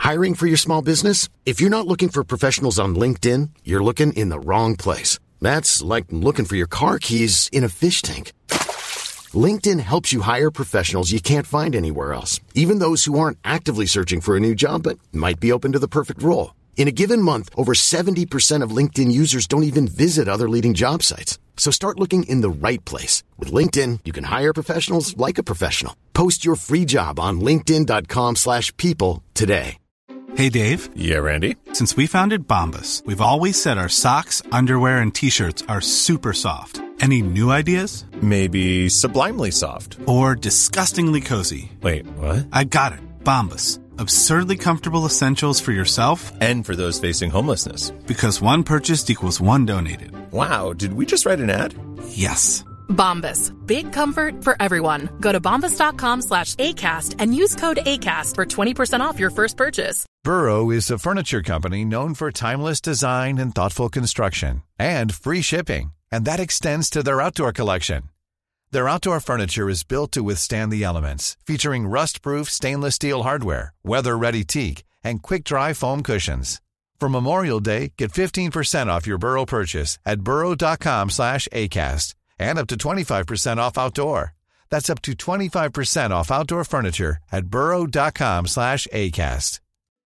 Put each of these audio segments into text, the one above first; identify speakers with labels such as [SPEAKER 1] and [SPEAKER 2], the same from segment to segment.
[SPEAKER 1] Hiring for your small business? If you're not looking for professionals on LinkedIn, you're looking in the wrong place. That's like looking for your car keys in a fish tank. LinkedIn helps you hire professionals you can't find anywhere else, even those who aren't actively searching for a new job but might be open to the perfect role. In a given month, over 70% of LinkedIn users don't even visit other leading job sites. So start looking in the right place. With LinkedIn, you can hire professionals like a professional. Post your free job on linkedin.com/people today.
[SPEAKER 2] Hey, Dave.
[SPEAKER 3] Yeah, Randy.
[SPEAKER 2] Since we founded Bombas, we've always said our socks, underwear, and T-shirts are super soft. Any new ideas?
[SPEAKER 3] Maybe sublimely soft.
[SPEAKER 2] Or disgustingly cozy.
[SPEAKER 3] Wait, what?
[SPEAKER 2] I got it. Bombas. Absurdly comfortable essentials for yourself
[SPEAKER 3] and for those facing homelessness.
[SPEAKER 2] Because one purchased equals one donated.
[SPEAKER 3] Wow, did we just write an ad?
[SPEAKER 2] Yes.
[SPEAKER 4] Bombas. Big comfort for everyone. Go to bombas.com/ACAST and use code ACAST for 20% off your first purchase.
[SPEAKER 5] Burrow is a furniture company known for timeless design and thoughtful construction and free shipping. And that extends to their outdoor collection. Their outdoor furniture is built to withstand the elements, featuring rust-proof stainless steel hardware, weather-ready teak, and quick-dry foam cushions. For Memorial Day, get 15% off your Burrow purchase at burrow.com/ACAST and up to 25% off outdoor. That's up to 25% off outdoor furniture at burrow.com/ACAST.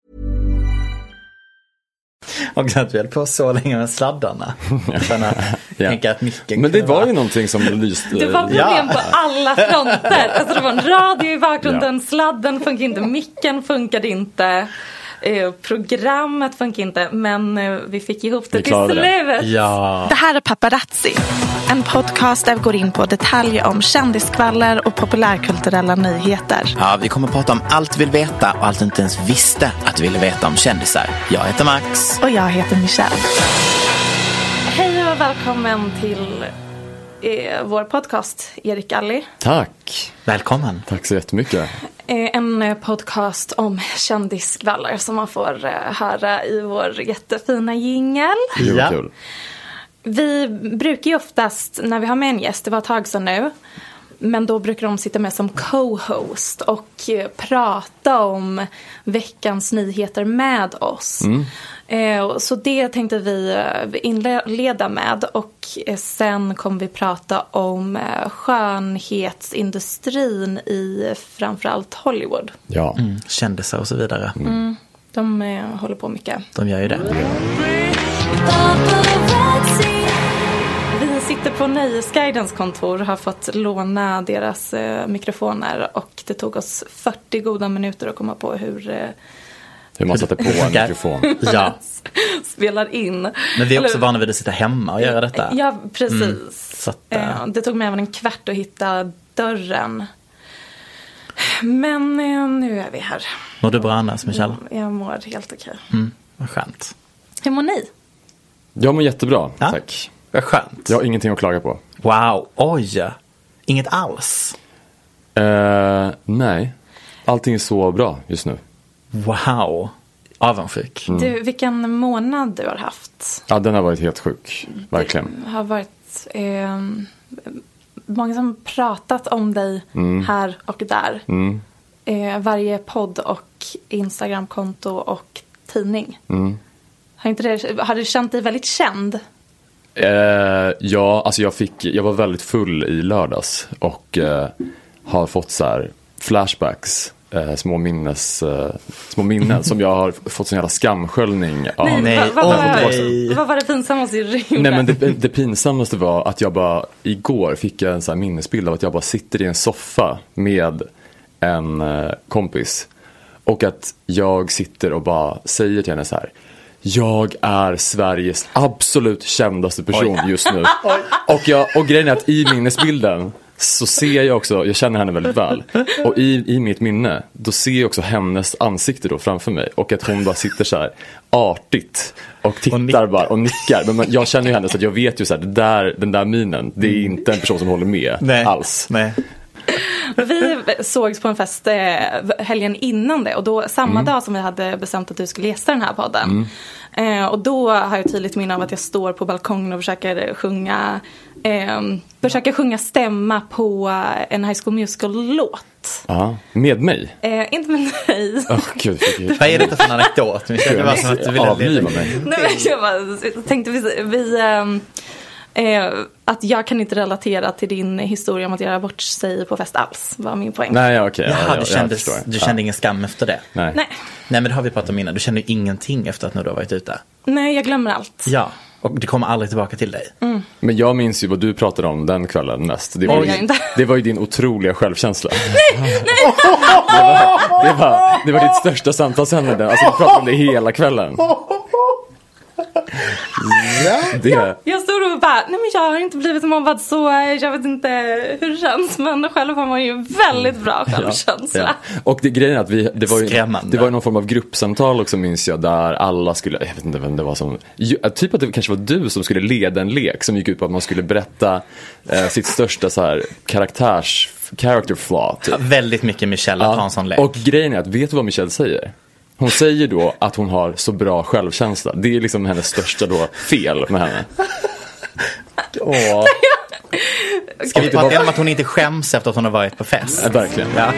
[SPEAKER 6] Och att vi höll på så länge med sladdarna. Tänka att micken
[SPEAKER 7] men det var ju någonting som lyste.
[SPEAKER 8] Det var problem på alla fronter. Alltså det var en radio i bakgrunden, sladden funkade inte, micken funkade inte, programmet funkade inte, men vi fick ihop det till slut.
[SPEAKER 6] Ja.
[SPEAKER 9] Det här är Paparazzi, en podcast där vi går in på detaljer om kändiskvaller och populärkulturella nyheter.
[SPEAKER 10] Ja, vi kommer att prata om allt vi vill veta och allt inte ens visste att vi ville veta om kändisar. Jag heter Max.
[SPEAKER 9] Och jag heter Michelle.
[SPEAKER 8] Hej och välkommen till vår podcast, Erik Alli.
[SPEAKER 7] Tack.
[SPEAKER 6] Välkommen.
[SPEAKER 7] Tack så jättemycket.
[SPEAKER 8] En podcast om kändiskvaller som man får höra i vår jättefina jingle.
[SPEAKER 7] Ja. Kul.
[SPEAKER 8] Vi brukar ju oftast, när vi har med en gäst, det var ett tag sedan nu, men då brukar de sitta med som co-host och prata om veckans nyheter med oss. Så det tänkte vi inleda med, och sen kommer vi prata om skönhetsindustrin i framförallt Hollywood.
[SPEAKER 7] Ja.
[SPEAKER 6] Kändisar och så vidare.
[SPEAKER 8] De håller på mycket.
[SPEAKER 6] De gör ju det.
[SPEAKER 8] Vi sitter på Nöjesguidens kontor och har fått låna deras mikrofoner, och det tog oss 40 goda minuter att komma på hur
[SPEAKER 7] man satte på en mikrofon.
[SPEAKER 6] Ja.
[SPEAKER 8] Spelar in.
[SPEAKER 6] Men vi är också vana vid att sitta hemma och göra detta.
[SPEAKER 8] Ja, precis.
[SPEAKER 6] Så att,
[SPEAKER 8] det tog mig även en kvart att hitta dörren. Men nu är vi här.
[SPEAKER 6] Mår du bra annars, Michelle?
[SPEAKER 8] Jag mår helt okej.
[SPEAKER 6] Vad skönt.
[SPEAKER 8] Hur mår ni?
[SPEAKER 7] Jag mår jättebra, tack.
[SPEAKER 6] Vad skönt.
[SPEAKER 7] Jag har ingenting att klaga på.
[SPEAKER 6] Wow, oj. Inget alls?
[SPEAKER 7] Nej. Allting är så bra just nu.
[SPEAKER 6] Wow. Avundsjuk.
[SPEAKER 8] Du, vilken månad du har haft?
[SPEAKER 7] Ja, den har varit helt sjuk. Verkligen.
[SPEAKER 8] Det har varit många som pratat om dig här och där. Varje podd och Instagramkonto och tidning. Har du känt dig väldigt känd?
[SPEAKER 7] Ja, alltså jag var väldigt full i lördags och har fått så här flashbacks, små minnen som jag har fått sån jävla skamsköljning av.
[SPEAKER 8] Vad var det pinsammaste du gjorde?
[SPEAKER 7] Nej, men det pinsammaste var att jag bara igår fick en så här minnesbild av att jag bara sitter i en soffa med en kompis, och att jag sitter och bara säger till henne så här: jag är Sveriges absolut kändaste person just nu. Och grejen är att i minnesbilden så ser jag också, jag känner henne väldigt väl, och i mitt minne då ser jag också hennes ansikte då framför mig, och att hon bara sitter så här artigt och tittar bara och nickar. Men jag känner ju henne, så att jag vet ju så här, den där minen, det är inte en person som håller med alls.
[SPEAKER 6] Nej.
[SPEAKER 8] Vi sågs på en fest helgen innan det. Och då, samma dag som vi hade bestämt att du skulle gästa den här podden. Och då har jag tydligt minne av att jag står på balkongen och försöker sjunga stämma på en High School Musical-låt.
[SPEAKER 7] Ja, med mig?
[SPEAKER 8] Inte med dig.
[SPEAKER 7] Gud.
[SPEAKER 6] Vad är det för en anekdot? Det var som att du ville
[SPEAKER 7] avliva mig.
[SPEAKER 8] Nej, jag tänkte att jag kan inte relatera till din historia om att göra bort sig på fest alls, var min poäng.
[SPEAKER 7] Nej, okej.
[SPEAKER 6] Du kände ingen skam efter det?
[SPEAKER 7] Nej,
[SPEAKER 6] men det har vi pratat om innan. Du kände ingenting efter att du har varit ute?
[SPEAKER 8] Nej, jag glömmer allt.
[SPEAKER 6] Ja, och det kommer aldrig tillbaka till dig.
[SPEAKER 7] Men jag minns ju vad du pratade om den kvällen mest. Det var ju din otroliga självkänsla. Det var ditt största samtalsämne. Alltså du pratade om det hela kvällen.
[SPEAKER 8] Jag stod och bara, nej men jag har inte blivit mobbad så jag vet inte hur det känns, men själv har man ju väldigt bra självkänsla.
[SPEAKER 7] Ja. Och grejen är att det var någon form av gruppsamtal också, minns jag, där alla skulle, jag vet inte vem det var som, typ att det kanske var du som skulle leda en lek som gick ut på att man skulle berätta sitt största så här character flaw typ.
[SPEAKER 6] Väldigt mycket Michelle att ha en sån lek.
[SPEAKER 7] Och grejen är att, vet du vad Michelle säger? Hon säger då att hon har så bra självkänsla. Det är liksom hennes största då fel med henne.
[SPEAKER 6] Ska vi prata om att hon inte skäms efter att hon har varit på fest?
[SPEAKER 7] Ja, verkligen.
[SPEAKER 6] Ja.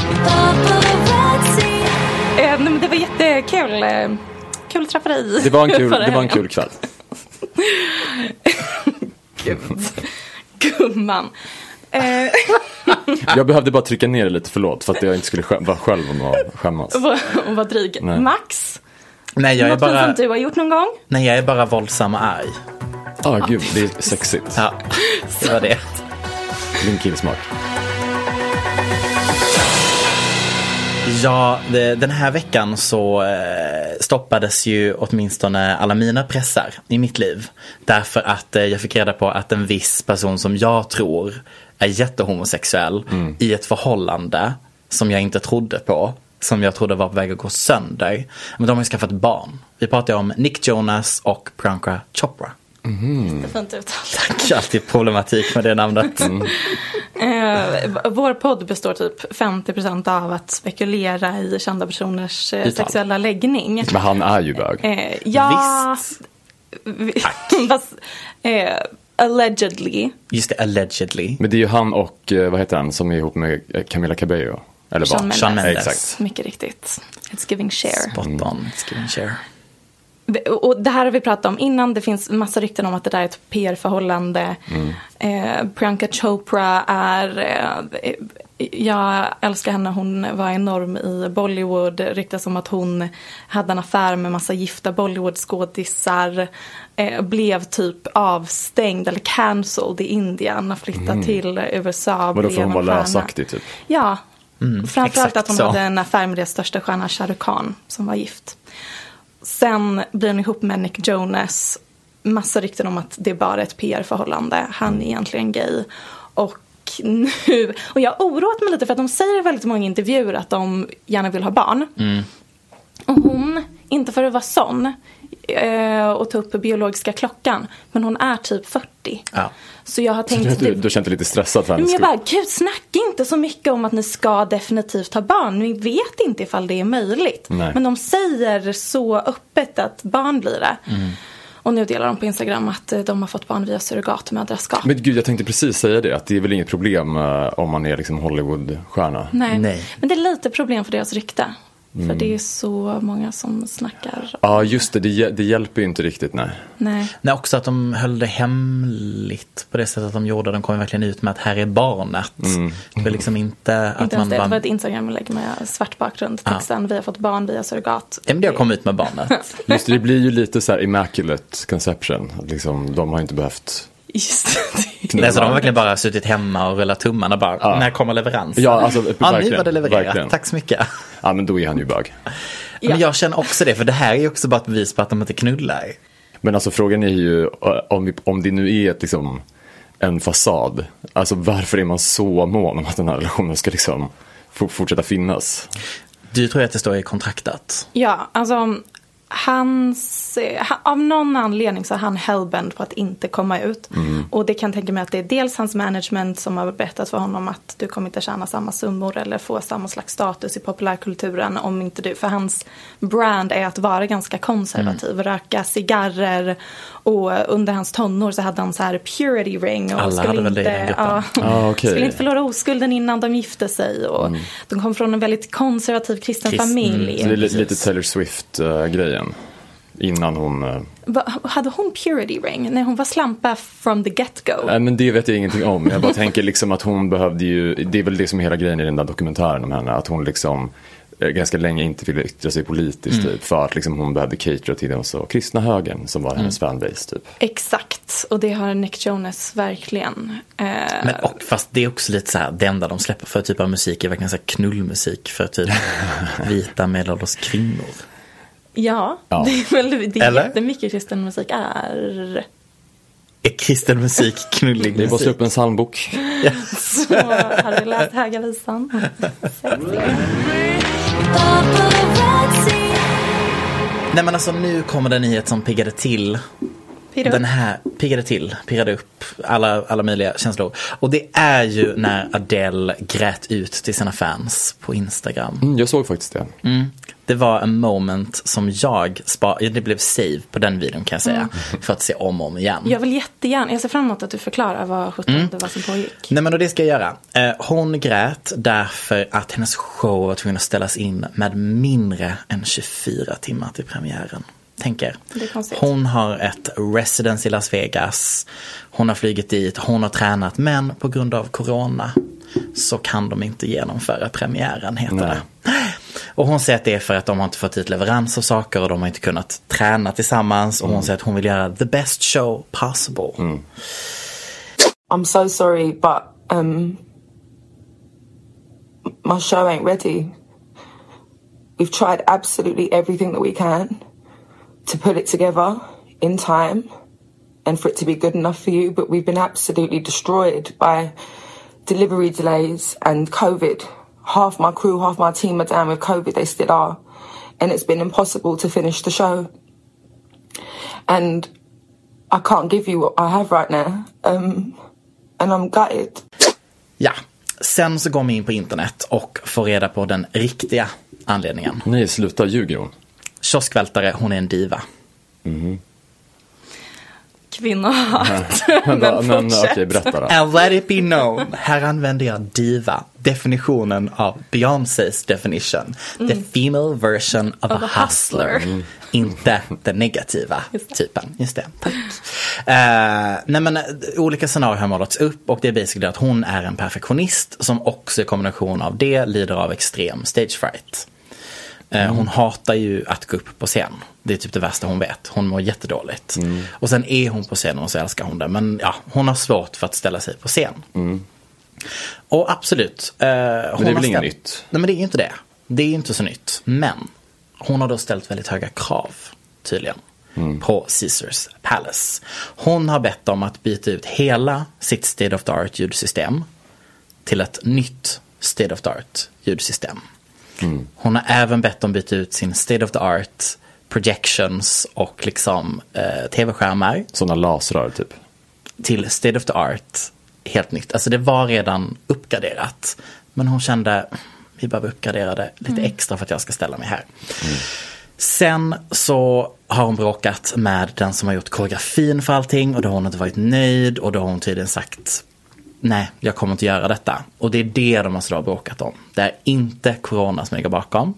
[SPEAKER 8] Men det var jättekul. Kul att träffa dig.
[SPEAKER 7] Det var en kul kväll.
[SPEAKER 8] Gud. Gumman.
[SPEAKER 7] Jag behövde bara trycka ner det lite, förlåt, för att jag inte skulle vara själv och skämmas.
[SPEAKER 8] Och vara dryg.
[SPEAKER 7] Nej.
[SPEAKER 8] Max?
[SPEAKER 6] Nej, jag är bara...
[SPEAKER 8] som du har gjort någon gång?
[SPEAKER 6] Nej, jag är bara våldsam och arg.
[SPEAKER 7] Gud, det är sexigt.
[SPEAKER 6] Ja, det var det.
[SPEAKER 7] Din killsmak.
[SPEAKER 6] Ja, den här veckan så stoppades ju åtminstone alla mina pressar i mitt liv. Därför att jag fick reda på att en viss person som jag tror är jättehomosexuell i ett förhållande som jag inte trodde på, som jag trodde var på väg att gå sönder. Men de har ju skaffat barn. Vi pratar om Nick Jonas och Priyanka Chopra.
[SPEAKER 8] Det är fint uttal.
[SPEAKER 6] Tack, alltid problematik med det namnet.
[SPEAKER 8] Vår podd består typ 50% av att spekulera i kända personers sexuella läggning.
[SPEAKER 7] Men han är ju bög.
[SPEAKER 8] Visst. Allegedly.
[SPEAKER 6] Just det, allegedly.
[SPEAKER 7] Men det är ju han och, vad heter han, som är ihop med Camila Cabello. Eller
[SPEAKER 8] Shawn Mendes.
[SPEAKER 7] Exakt.
[SPEAKER 8] Mycket riktigt. It's giving share.
[SPEAKER 6] Spot on, it's giving share.
[SPEAKER 8] Och det här har vi pratat om innan. Det finns massa rykten om att det där är ett PR-förhållande. Priyanka Chopra jag älskar henne. Hon var enorm i Bollywood. Ryktas om att hon hade en affär med massa gifta Bollywood-skådisar. Blev typ avstängd eller cancelled i Indien. Flyttade till USA.
[SPEAKER 7] Men då får hon vara lösaktig typ.
[SPEAKER 8] Ja, framförallt att hon
[SPEAKER 6] så.
[SPEAKER 8] hade en affär med deras största stjärna Shah Rukh Khan som var gift. Sen blir hon ihop med Nick Jonas. Massa rykten om att det är bara ett PR-förhållande. Han är egentligen gay. Och jag har oroat mig lite för att de säger i väldigt många intervjuer att de gärna vill ha barn. Och hon, inte för att vara sån och ta upp biologiska klockan, men hon är typ 40. Ja. Så jag har tänkt...
[SPEAKER 7] Du kände lite stressad för
[SPEAKER 8] men jag bara, gud, snacka inte så mycket om att ni ska definitivt ha barn. Ni vet inte ifall det är möjligt.
[SPEAKER 7] Nej.
[SPEAKER 8] Men de säger så öppet att barn blir det. Och nu delar de på Instagram att de har fått barn via surrogatmödraskap.
[SPEAKER 7] Men gud, jag tänkte precis säga det. Att det är väl inget problem om man är liksom Hollywood-stjärna.
[SPEAKER 8] Nej. Men det är lite problem för deras rykte. För det är så många som snackar.
[SPEAKER 7] Ja, just det. Det hjälper ju inte riktigt,
[SPEAKER 6] nej. Också att de höll det hemligt på det sättet att de gjorde. De kom verkligen ut med att här är barnet. Det var liksom inte att man...
[SPEAKER 8] Det var ett Instagram-lägg med svart bakgrund. Texten, vi har fått barn via surrogat.
[SPEAKER 6] Men det har kommit ut med barnet.
[SPEAKER 7] Just det blir ju lite så här immaculate conception. Liksom, de har inte behövt...
[SPEAKER 8] Just det.
[SPEAKER 6] Nej, så de har verkligen bara suttit hemma och rullat tummarna bara, när kommer leveransen?
[SPEAKER 7] Ja, alltså,
[SPEAKER 6] nu var det levererat. Verkligen. Tack så mycket.
[SPEAKER 7] Ja, men då är han ju bög.
[SPEAKER 6] Ja. Men jag känner också det, för det här är ju också bara ett bevis på att de inte knullar.
[SPEAKER 7] Men alltså frågan är ju, om det nu är liksom en fasad, alltså varför är man så mån om att den här relationen ska liksom fortsätta finnas?
[SPEAKER 6] Du tror att det står i kontraktet?
[SPEAKER 8] Ja, alltså av någon anledning så är han hellbent på att inte komma ut. Och det kan tänka mig att det är dels hans management som har berättat för honom att du kommer inte tjäna samma summor eller få samma slags status i populärkulturen om inte du. För hans brand är att vara ganska konservativ, röka cigarrer, och under hans tonår så hade han så här purity ring och
[SPEAKER 6] alla hade väl det i den gruppen.
[SPEAKER 8] Skulle inte förlora oskulden innan de gifte sig, och de kom från en väldigt konservativ kristen familj.
[SPEAKER 7] Det är lite Taylor Swift-grejen. Innan hon...
[SPEAKER 8] Hade hon purity ring? Nej, hon var slampa from the get-go.
[SPEAKER 7] Nej, men det vet jag ingenting om. Jag bara tänker liksom att hon behövde ju... Det är väl det som är hela grejen i den där dokumentären om henne. Att hon liksom ganska länge inte ville yttra sig politiskt typ. För att liksom hon behövde catera till den så kristna högern som var hennes fanbase typ.
[SPEAKER 8] Exakt. Och det har Nick Jonas verkligen.
[SPEAKER 6] Men fast det är också lite så här, det enda de släpper för typ av musik är verkligen så här knullmusik för typ vita medelålders kvinnor.
[SPEAKER 8] Ja, det är väl det är jättemycket kristen musik är.
[SPEAKER 6] Är kristen musik knullig musik?
[SPEAKER 7] Det är bara slå upp en psalmbok.
[SPEAKER 6] Ja.
[SPEAKER 8] Så har du läst Höga visan?
[SPEAKER 6] Nej, men alltså nu kommer det nyhet som piggade till. Piggade upp alla möjliga känslor. Och det är ju när Adele grät ut till sina fans på Instagram.
[SPEAKER 7] Jag såg faktiskt det.
[SPEAKER 6] Det var en moment som det blev save på den videon kan jag säga. För att se om och om igen.
[SPEAKER 8] Jag vill jättegärna, jag ser fram emot att du förklarar vad det var som pågick.
[SPEAKER 6] Nej, men och det ska jag göra. Hon grät därför att hennes show var tvungen att ställas in med mindre än 24 timmar till premiären. Tänker. Hon har ett residence i Las Vegas. Hon har flugit dit, hon har tränat, men på grund av corona så kan de inte genomföra premiären, heter det. Och hon säger att det är för att de har inte fått ut leverans av saker och de har inte kunnat träna tillsammans. Och hon säger att hon vill göra the best show possible.
[SPEAKER 11] I'm so sorry, but my show ain't ready. We've tried absolutely everything that we can to put it together in time and for it to be good enough for you, but we've been absolutely destroyed by delivery delays and COVID. Half my crew, half my team are down with COVID, they still are, and it's been impossible to finish the show, and I can't give you what I have right now, and I'm gutted.
[SPEAKER 6] Ja, sen så går man in på internet och får reda på den riktiga anledningen.
[SPEAKER 7] Nej, sluta ljuger hon.
[SPEAKER 6] Kioskvältare, hon är en diva.
[SPEAKER 8] Kvinnohat.
[SPEAKER 7] Men okej, berätta då.
[SPEAKER 6] And let it be known. Här använder jag diva. Definitionen av Beyoncés definition. The female version of a hustler. Inte den negativa typen. Just det. Tack. Nej, men olika scenarier har målats upp och det är basically att hon är en perfektionist som också i kombination av det lider av extrem stage fright. Hon hatar ju att gå upp på scen. Det är typ det värsta hon vet. Hon mår jättedåligt. Och sen är hon på scenen och så älskar hon det. Men ja, hon har svårt för att ställa sig på scen. Och absolut.
[SPEAKER 7] Men det är väl inget nytt?
[SPEAKER 6] Nej, men det är inte det. Det är inte så nytt. Men hon har då ställt väldigt höga krav, tydligen, på Caesars Palace. Hon har bett om att byta ut hela sitt state of the art ljudsystem till ett nytt state of the art ljudsystem. Hon har även bett om byta ut sin state of the art projections och liksom tv-skärmar.
[SPEAKER 7] Sådana lasrar typ.
[SPEAKER 6] Till state of the art helt nytt. Alltså det var redan uppgraderat. Men hon kände, vi behöver uppgradera det lite extra för att jag ska ställa mig här. Sen så har hon bråkat med den som har gjort koreografin för allting. Och då har hon inte varit nöjd. Och då har hon tydligen sagt, nej, jag kommer inte göra detta. Och det är det de har bråkat om. Det är inte corona som ligger bakom.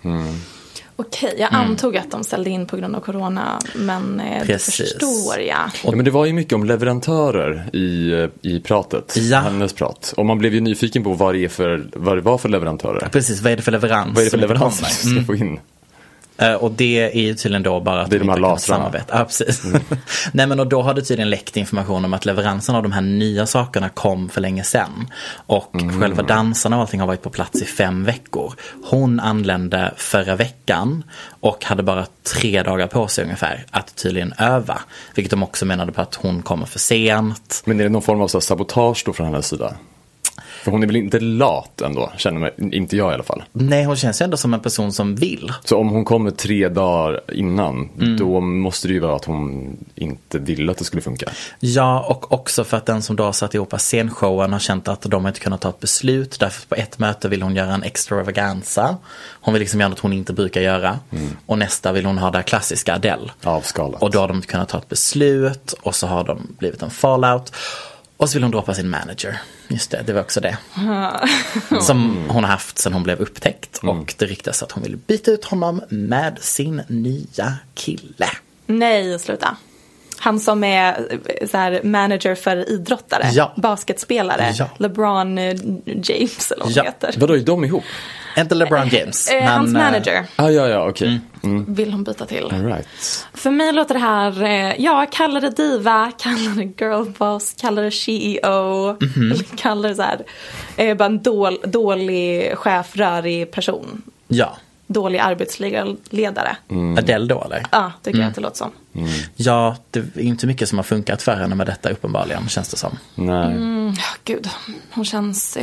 [SPEAKER 8] Okej, jag antog att de ställde in på grund av corona, men det förstår jag.
[SPEAKER 7] Ja, men det var ju mycket om leverantörer i pratet, hennes prat. Och man blev ju nyfiken på vad det var för leverantörer.
[SPEAKER 6] Ja, precis, vad är det för leverans?
[SPEAKER 7] Vad är det för leverans som ska få in?
[SPEAKER 6] Och det är ju tydligen då bara att
[SPEAKER 7] det är de här lasrarna.
[SPEAKER 6] Ja, precis. Nej, men och då har det tydligen läckt information om att leveransen av de här nya sakerna kom för länge sedan. Och själva dansarna och allting har varit på plats i 5 veckor. Hon anlände förra veckan och hade bara 3 dagar på sig ungefär att tydligen öva. Vilket de också menade på att hon kommer för sent.
[SPEAKER 7] Men är det någon form av sabotage då från hennes sida? För hon är väl inte lat ändå, känner mig, inte jag i alla fall.
[SPEAKER 6] Nej, hon känns ju ändå som en person som vill.
[SPEAKER 7] Så om hon kommer 3 dagar innan, då måste det ju vara att hon inte ville att det skulle funka.
[SPEAKER 6] Ja, och också för att den som då har satt ihop scenshowen har känt att de inte kunnat ta ett beslut. Därför på ett möte vill hon göra en extravaganza. Hon vill liksom göra något hon inte brukar göra. Och nästa vill hon ha det klassiska Adele.
[SPEAKER 7] Avskalat.
[SPEAKER 6] Och då har de inte kunnat ta ett beslut. Och så har de blivit en fallout. Och så vill hon droppa sin manager. Just det, det var också det. Som hon har haft sedan hon blev upptäckt. Och det ryktas att hon vill byta ut honom med sin nya kille.
[SPEAKER 8] Nej, sluta. Han som är så här, manager för idrottare.
[SPEAKER 6] Ja.
[SPEAKER 8] Basketspelare.
[SPEAKER 6] Ja.
[SPEAKER 8] LeBron James eller vad han heter.
[SPEAKER 7] Vadå, är de ihop?
[SPEAKER 6] Inte LeBron James.
[SPEAKER 8] Hans manager.
[SPEAKER 7] Ja, okej.
[SPEAKER 8] Vill hon byta till.
[SPEAKER 7] All right.
[SPEAKER 8] För mig låter det här, kalla det diva, kalla det girlboss, kalla det CEO, kalla det så här, bara en dålig chef, rörig person.
[SPEAKER 6] Ja.
[SPEAKER 8] Dålig arbetsledare.
[SPEAKER 6] Adele då, eller?
[SPEAKER 8] Ja, det kan jag inte låta som.
[SPEAKER 6] Ja, det är inte mycket som har funkat för henne med detta uppenbarligen, känns det som.
[SPEAKER 7] Nej.
[SPEAKER 8] Gud, hon känns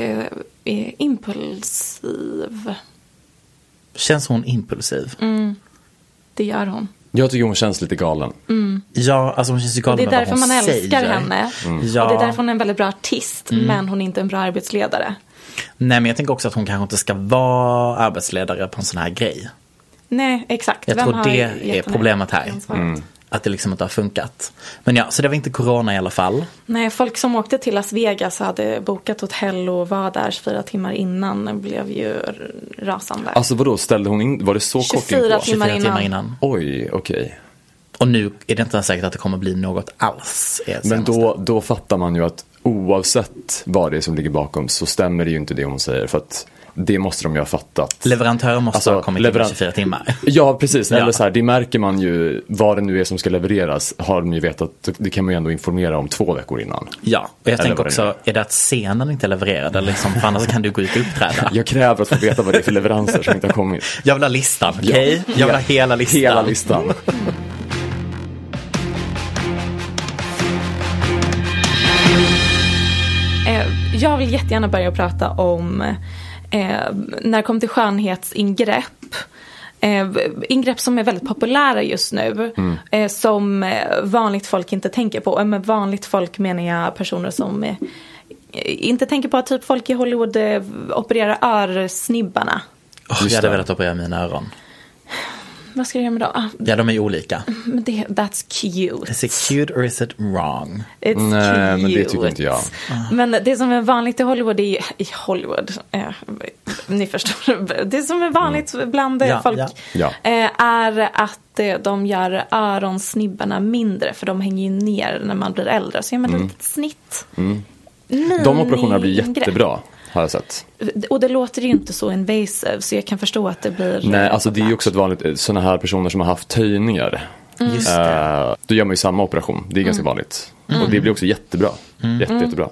[SPEAKER 8] impulsiv.
[SPEAKER 6] Känns hon impulsiv?
[SPEAKER 8] Det gör hon.
[SPEAKER 7] Jag tycker hon känns lite galen.
[SPEAKER 6] Ja, alltså hon känns ju galen.
[SPEAKER 8] Det är därför man älskar
[SPEAKER 6] säger.
[SPEAKER 8] henne.
[SPEAKER 6] Ja.
[SPEAKER 8] Och det är därför hon är en väldigt bra artist. Men hon är inte en bra arbetsledare.
[SPEAKER 6] Nej, men jag tänker också att hon kanske inte ska vara arbetsledare på en sån här grej.
[SPEAKER 8] Nej, exakt.
[SPEAKER 6] Jag tror det är problemet här. Att det liksom inte har funkat. Men ja, så det var inte corona i alla fall.
[SPEAKER 8] Nej, folk som åkte till Las Vegas hade bokat hotell och var där 24 timmar innan blev ju rasande.
[SPEAKER 7] Alltså vadå, ställde hon in, var det så kort in på?
[SPEAKER 8] 24 timmar innan.
[SPEAKER 7] Oj, okej.
[SPEAKER 6] Och nu är det inte säkert att det kommer bli något alls.
[SPEAKER 7] Men då fattar man ju att oavsett vad det är som ligger bakom så stämmer det ju inte det hon säger. För att det måste de ju ha fattat.
[SPEAKER 6] Leverantörer måste ha kommit in 24 timmar.
[SPEAKER 7] Ja, precis. Eller så här, det märker man ju, vad det nu är som ska levereras har de ju vetat, det kan man ju ändå informera om 2 veckor innan.
[SPEAKER 6] Ja, och jag tänker också, är det att scenen inte är levererad? Eller liksom, för annars kan du gå ut och uppträda.
[SPEAKER 7] Jag kräver att få veta vad det är för leveranser som inte har kommit.
[SPEAKER 6] Jag vill ha listan, okej? Jag vill ha hela listan.
[SPEAKER 7] Hela listan.
[SPEAKER 8] Jag vill jättegärna börja prata om när det kommer till skönhetsingrepp. Ingrepp som är väldigt populära just nu. Som vanligt folk inte tänker på. Och med vanligt folk menar jag personer som inte tänker på att typ folk i Hollywood opererar örsnibbarna.
[SPEAKER 6] Jag hade velat operera mina öron.
[SPEAKER 8] Vad ska jag göra med då?
[SPEAKER 6] Ja, de är ju olika.
[SPEAKER 8] Men that's cute.
[SPEAKER 6] Is it cute or is it wrong?
[SPEAKER 8] It's
[SPEAKER 7] Nej,
[SPEAKER 8] cute.
[SPEAKER 7] men det tycker inte jag.
[SPEAKER 8] Men det som är vanligt i Hollywood är i Hollywood. Ni förstår. Det som är vanligt bland folk är att de gör öronsnibbarna mindre. För de hänger ju ner när man blir äldre. Så gör man ett litet snitt.
[SPEAKER 7] De operationerna blir jättebra. Har jag sett.
[SPEAKER 8] Och det låter ju inte så invasive, så jag kan förstå att det blir...
[SPEAKER 7] Nej, alltså det är ju också ett vanligt, sådana här personer som har haft töjningar.
[SPEAKER 6] Just det.
[SPEAKER 7] Då gör man ju samma operation, det är ganska vanligt. Och det blir också jättebra, jättebra.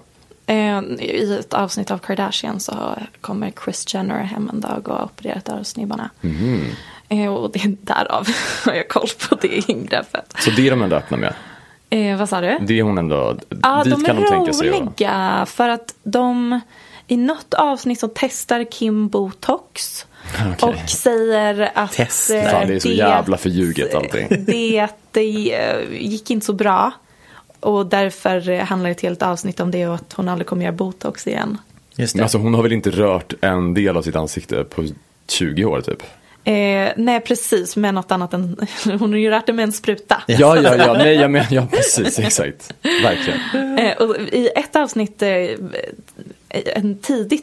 [SPEAKER 8] I ett avsnitt av Kardashian så kommer Kris Jenner hem en dag och har opererat öronsnibbarna. Och det är därav har jag koll på det ingreppet.
[SPEAKER 7] Så det är de ändå öppna med?
[SPEAKER 8] Vad sa du?
[SPEAKER 7] Det är hon ändå, dit
[SPEAKER 8] de
[SPEAKER 7] kan de tänka sig.
[SPEAKER 8] Ja, de är roliga för att i något avsnitt så testar Kim Botox och säger att
[SPEAKER 7] det är så jävla förljuget allting.
[SPEAKER 8] Det gick inte så bra och därför handlar det ett helt avsnitt om det och att hon aldrig kommer göra Botox igen.
[SPEAKER 6] Just det.
[SPEAKER 7] Men alltså hon har väl inte rört en del av sitt ansikte på 20 år typ?
[SPEAKER 8] Nej, precis, med något annat än hon har ju rört det med en spruta.
[SPEAKER 7] Ja, precis, exakt. Verkligen.
[SPEAKER 8] Och i ett avsnitt en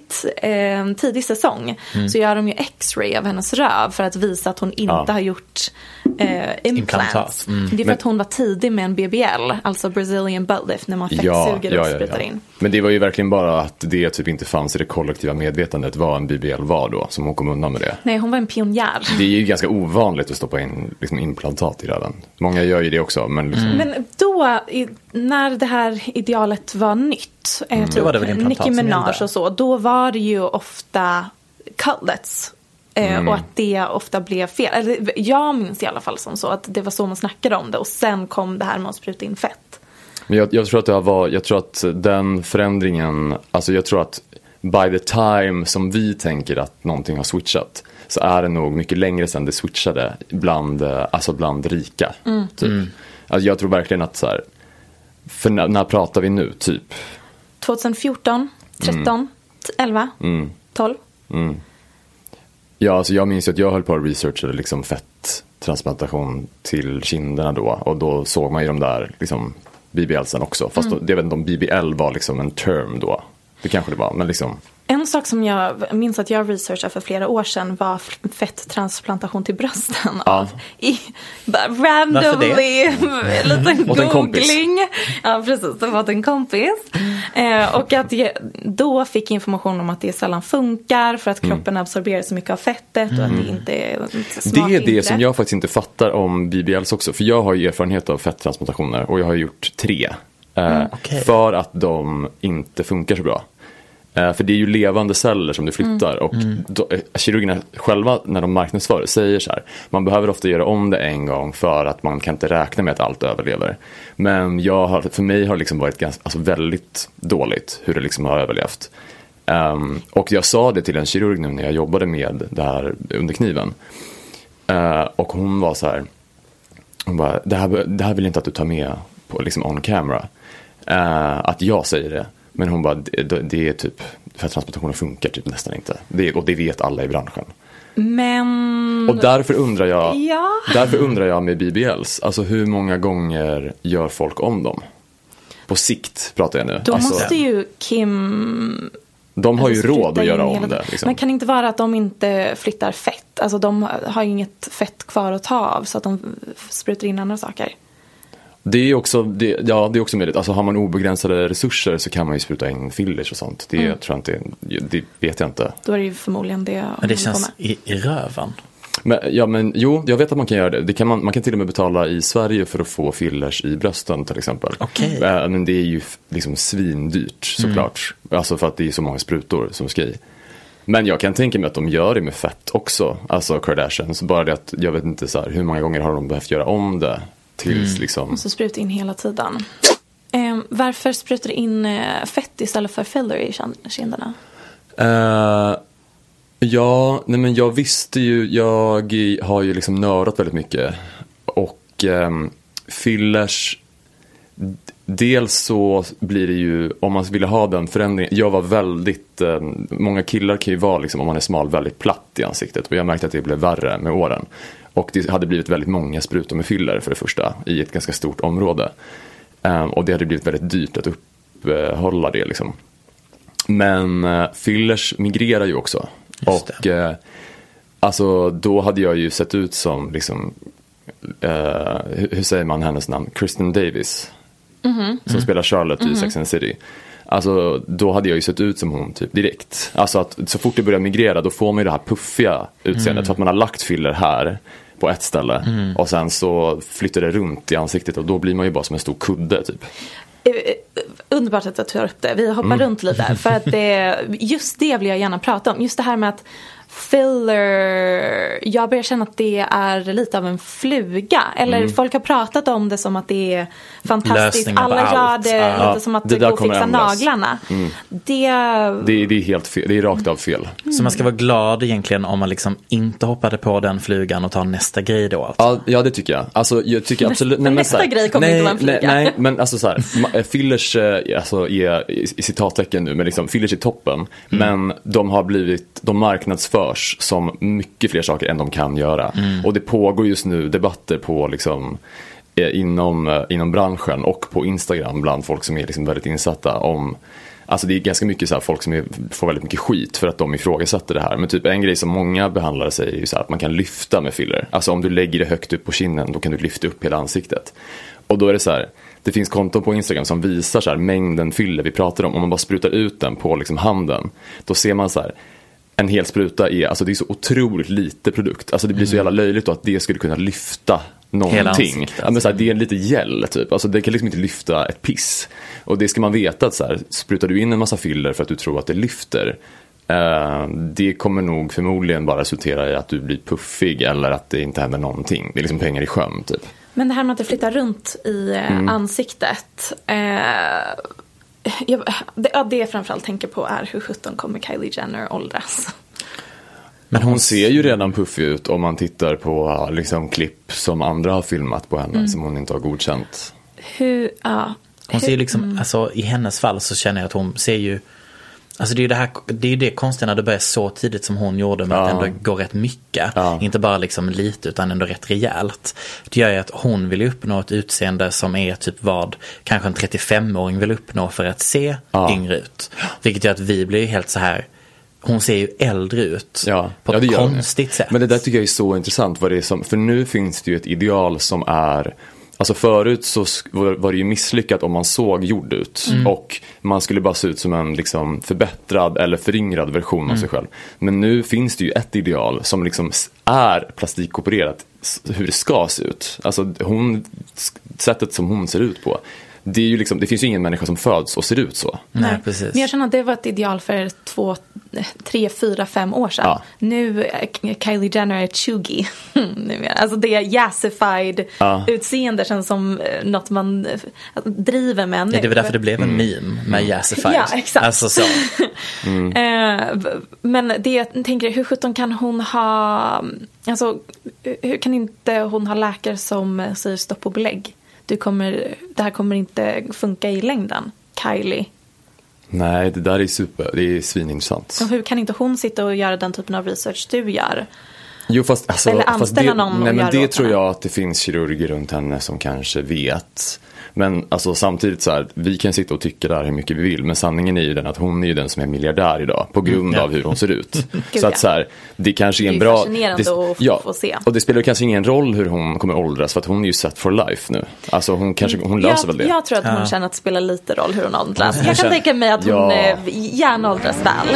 [SPEAKER 8] tidig säsong så gör de ju x-ray av hennes röv för att visa att hon inte har gjort implants. Det är för att hon var tidig med en BBL, alltså Brazilian butt lift, när man fettsuger och sprutar in.
[SPEAKER 7] Men det var ju verkligen bara att det typ inte fanns i det kollektiva medvetandet vad en BBL var då, som hon kom undan med det.
[SPEAKER 8] Nej, hon var en pionjär.
[SPEAKER 7] Det är ju ganska ovanligt att stoppa in liksom implantat i röven. Många gör ju det också, men liksom...
[SPEAKER 8] Men då, när det här idealet var nytt,
[SPEAKER 6] då var det väl implantat
[SPEAKER 8] Nicki Minaj och så, då var det ju ofta cutlets. Och att det ofta blev fel. Eller, jag minns i alla fall som så att det var så man snackade om det. Och sen kom det här med att spruta in fett.
[SPEAKER 7] Men jag tror att jag tror att den förändringen, alltså jag tror att by the time som vi tänker att någonting har switchat, så är det nog mycket längre sedan det switchade bland rika. Typ. Alltså jag tror verkligen att så här, för när pratar vi nu typ?
[SPEAKER 8] 2014, 13, 11, 12.
[SPEAKER 7] Ja, alltså jag minns ju att jag höll på att researcha liksom fetttransplantation till kinderna då, och då såg man ju de där liksom BBLsen också, fast då, jag vet inte om BBL var liksom en term då. Det kanske det var, men liksom.
[SPEAKER 8] En sak som jag minns att jag researchade för flera år sedan var fetttransplantation till brösten randomly, liten googling. Ja, precis, det var en kompis. Och att jag då fick information om att det sällan funkar för att kroppen absorberar så mycket av fettet och att det inte är smart.
[SPEAKER 7] Det är det som jag faktiskt inte fattar om BBLs också, för jag har ju erfarenhet av fetttransplantationer och jag har gjort 3 för att de inte funkar så bra. För det är ju levande celler som du flyttar och kirurgerna själva när de marknadsför säger så här, man behöver ofta göra om det en gång för att man kan inte räkna med att allt överlever. Men för mig har det liksom varit väldigt dåligt hur det liksom har överlevt. Och jag sa det till en kirurg nu när jag jobbade med det här under kniven. Och hon var så här, hon bara, det här vill inte att du tar med på liksom on camera. Att jag säger det. Men hon bara, det är typ, för transplantationen funkar typ nästan inte. Och det vet alla i branschen.
[SPEAKER 8] Men...
[SPEAKER 7] Och därför undrar jag med BBLs, alltså hur många gånger gör folk om dem? På sikt pratar jag nu.
[SPEAKER 8] Då måste ju Kim...
[SPEAKER 7] De har ju råd att göra om det. Liksom.
[SPEAKER 8] Men kan det inte vara att de inte flyttar fett? Alltså de har ju inget fett kvar att ta av så att de sprutar in andra saker.
[SPEAKER 7] Det är också möjligt. Alltså har man obegränsade resurser så kan man ju spruta in fillers och sånt. Det tror jag inte, det vet jag inte.
[SPEAKER 8] Då är det ju förmodligen det.
[SPEAKER 6] Men det känns i röven.
[SPEAKER 7] Men jag vet att man kan göra det. Man kan till och med betala i Sverige för att få fillers i brösten till exempel.
[SPEAKER 6] Okay.
[SPEAKER 7] Men det är ju liksom svindyrt såklart. Alltså för att det är så många sprutor som ska i. Men jag kan tänka mig att de gör det med fett också. Alltså Kardashians. Bara det att jag vet inte så här, hur många gånger har de behövt göra om det tills liksom.
[SPEAKER 8] Och så sprutar in hela tiden. Varför sprutar du in fett istället för filler i kinderna?
[SPEAKER 7] Men jag visste ju, jag har ju liksom nördat väldigt mycket. Och fillers, dels så blir det ju, om man vill ha den förändringen, jag var väldigt, många killar kan ju vara liksom, om man är smal, väldigt platt i ansiktet. Och jag märkte att det blev värre med åren. Och det hade blivit väldigt många sprutor med filler för det första i ett ganska stort område. Och det hade blivit väldigt dyrt att uppehålla det liksom. Men fillers migrerar ju också. Och alltså då hade jag ju sett ut som liksom, hur säger man hennes namn? Kristen Davis. Som spelar Charlotte i Sex and the City. Alltså då hade jag ju sett ut som hon typ direkt. Alltså att så fort det börjar migrera då får man ju det här puffiga utseendet. För att man har lagt filler här på ett ställe. Och sen så flyttar det runt i ansiktet och då blir man ju bara som en stor kudde typ.
[SPEAKER 8] Underbart att jag tar upp det. Vi hoppar runt lite. För att just det vill jag gärna prata om. Just det här med att filler, jag börjar känna att det är lite av en fluga. Eller folk har pratat om det som att det är fantastiskt. Alla gör det lite som att det går och fixa naglarna. Det
[SPEAKER 7] är helt fel. Det är rakt av fel.
[SPEAKER 6] Så man ska vara glad egentligen om man liksom inte hoppade på den flugan och tar nästa grej då. Alltså.
[SPEAKER 7] Ja, det tycker jag. Alltså jag tycker absolut.
[SPEAKER 8] Nästa grej kommer inte vara en fluga.
[SPEAKER 7] Nej, men alltså så här, fillers alltså är i citattecken nu, men liksom fillers i toppen. Men de marknadsförs som mycket fler saker än de kan göra. Och det pågår just nu debatter på liksom inom branschen och på Instagram bland folk som är liksom väldigt insatta om, alltså det är ganska mycket så här, folk som får väldigt mycket skit för att de ifrågasätter det här. Men typ en grej som många behandlare säger är ju så här, att man kan lyfta med filler. Alltså om du lägger det högt upp på kinden, då kan du lyfta upp hela ansiktet. Och då är det så här, det finns konton på Instagram som visar så här mängden filler vi pratar om. Om man bara sprutar ut den på liksom handen, då ser man så här, en hel spruta alltså det är så otroligt lite produkt. Alltså det blir så jävla löjligt då att det skulle kunna lyfta någonting. Ja, men så här, det är lite gel typ. Alltså det kan liksom inte lyfta ett piss. Och det ska man veta att så här, sprutar du in en massa filler för att du tror att det lyfter, det kommer nog förmodligen bara resultera i att du blir puffig eller att det inte händer någonting. Det är liksom pengar i sjön typ.
[SPEAKER 8] Men det här med att det flyttar runt i ansiktet, det jag framförallt tänker på är hur 17 kommer Kylie Jenner åldras.
[SPEAKER 7] Men hon ser ju redan puffig ut om man tittar på liksom klipp som andra har filmat på henne som hon inte har godkänt.
[SPEAKER 6] Hon ser ju liksom, alltså i hennes fall så känner jag att hon ser ju, alltså det är ju det konstiga när det börjar så tidigt som hon gjorde med att ändå gå rätt mycket. Inte bara liksom lite utan ändå rätt rejält. Det gör ju att hon vill uppnå ett utseende som är typ vad kanske en 35-åring vill uppnå för att se yngre ut. Vilket gör att vi blir helt så här, hon ser ju äldre ut på ett konstigt sätt.
[SPEAKER 7] Men det där tycker jag är så intressant vad det är som, för nu finns det ju ett ideal som är, alltså förut så var det ju misslyckat om man såg gjord ut och man skulle bara se ut som en liksom förbättrad eller föryngrad version av sig själv. Men nu finns det ju ett ideal som liksom är plastikopererat hur det ska se ut. Alltså sättet som hon ser ut på. Det är ju liksom, det finns ju ingen människa som föds och ser ut så.
[SPEAKER 8] Nej, precis. Men jag känner att det var ett ideal för 2, 3, 4, 5 år sedan. Nu Kylie Jenner är 20. Alltså det är yassified utseende känns som något man driver med nu.
[SPEAKER 6] Ja, det var därför det blev en meme med yassified.
[SPEAKER 8] Ja, exakt.
[SPEAKER 6] Alltså så.
[SPEAKER 8] Men det jag tänker, hur 17 kan hon ha, alltså hur kan inte hon ha läkare som säger stopp och belägg? Det här kommer inte funka i längden, Kylie.
[SPEAKER 7] Nej, det där är det är svinintressant.
[SPEAKER 8] Och hur kan inte hon sitta och göra den typen av research du gör?
[SPEAKER 7] Jo, fast, alltså,
[SPEAKER 8] eller anställa någon.
[SPEAKER 7] Nej, men det tror jag att det finns kirurger runt henne som kanske vet. Men alltså, samtidigt så här, vi kan sitta och tycka där hur mycket vi vill. Men sanningen är ju den att hon är ju den som är miljardär idag på grund av hur hon ser ut. Så att så här, det kanske är en bra...
[SPEAKER 8] Det är fascinerande att få se.
[SPEAKER 7] Och det spelar kanske ingen roll hur hon kommer åldras, för att hon är ju set for life nu. Alltså hon löser väl det.
[SPEAKER 8] Jag tror att hon känner att det spelar lite roll hur hon åldras. Jag kan tänka mig att hon gärna åldras väl.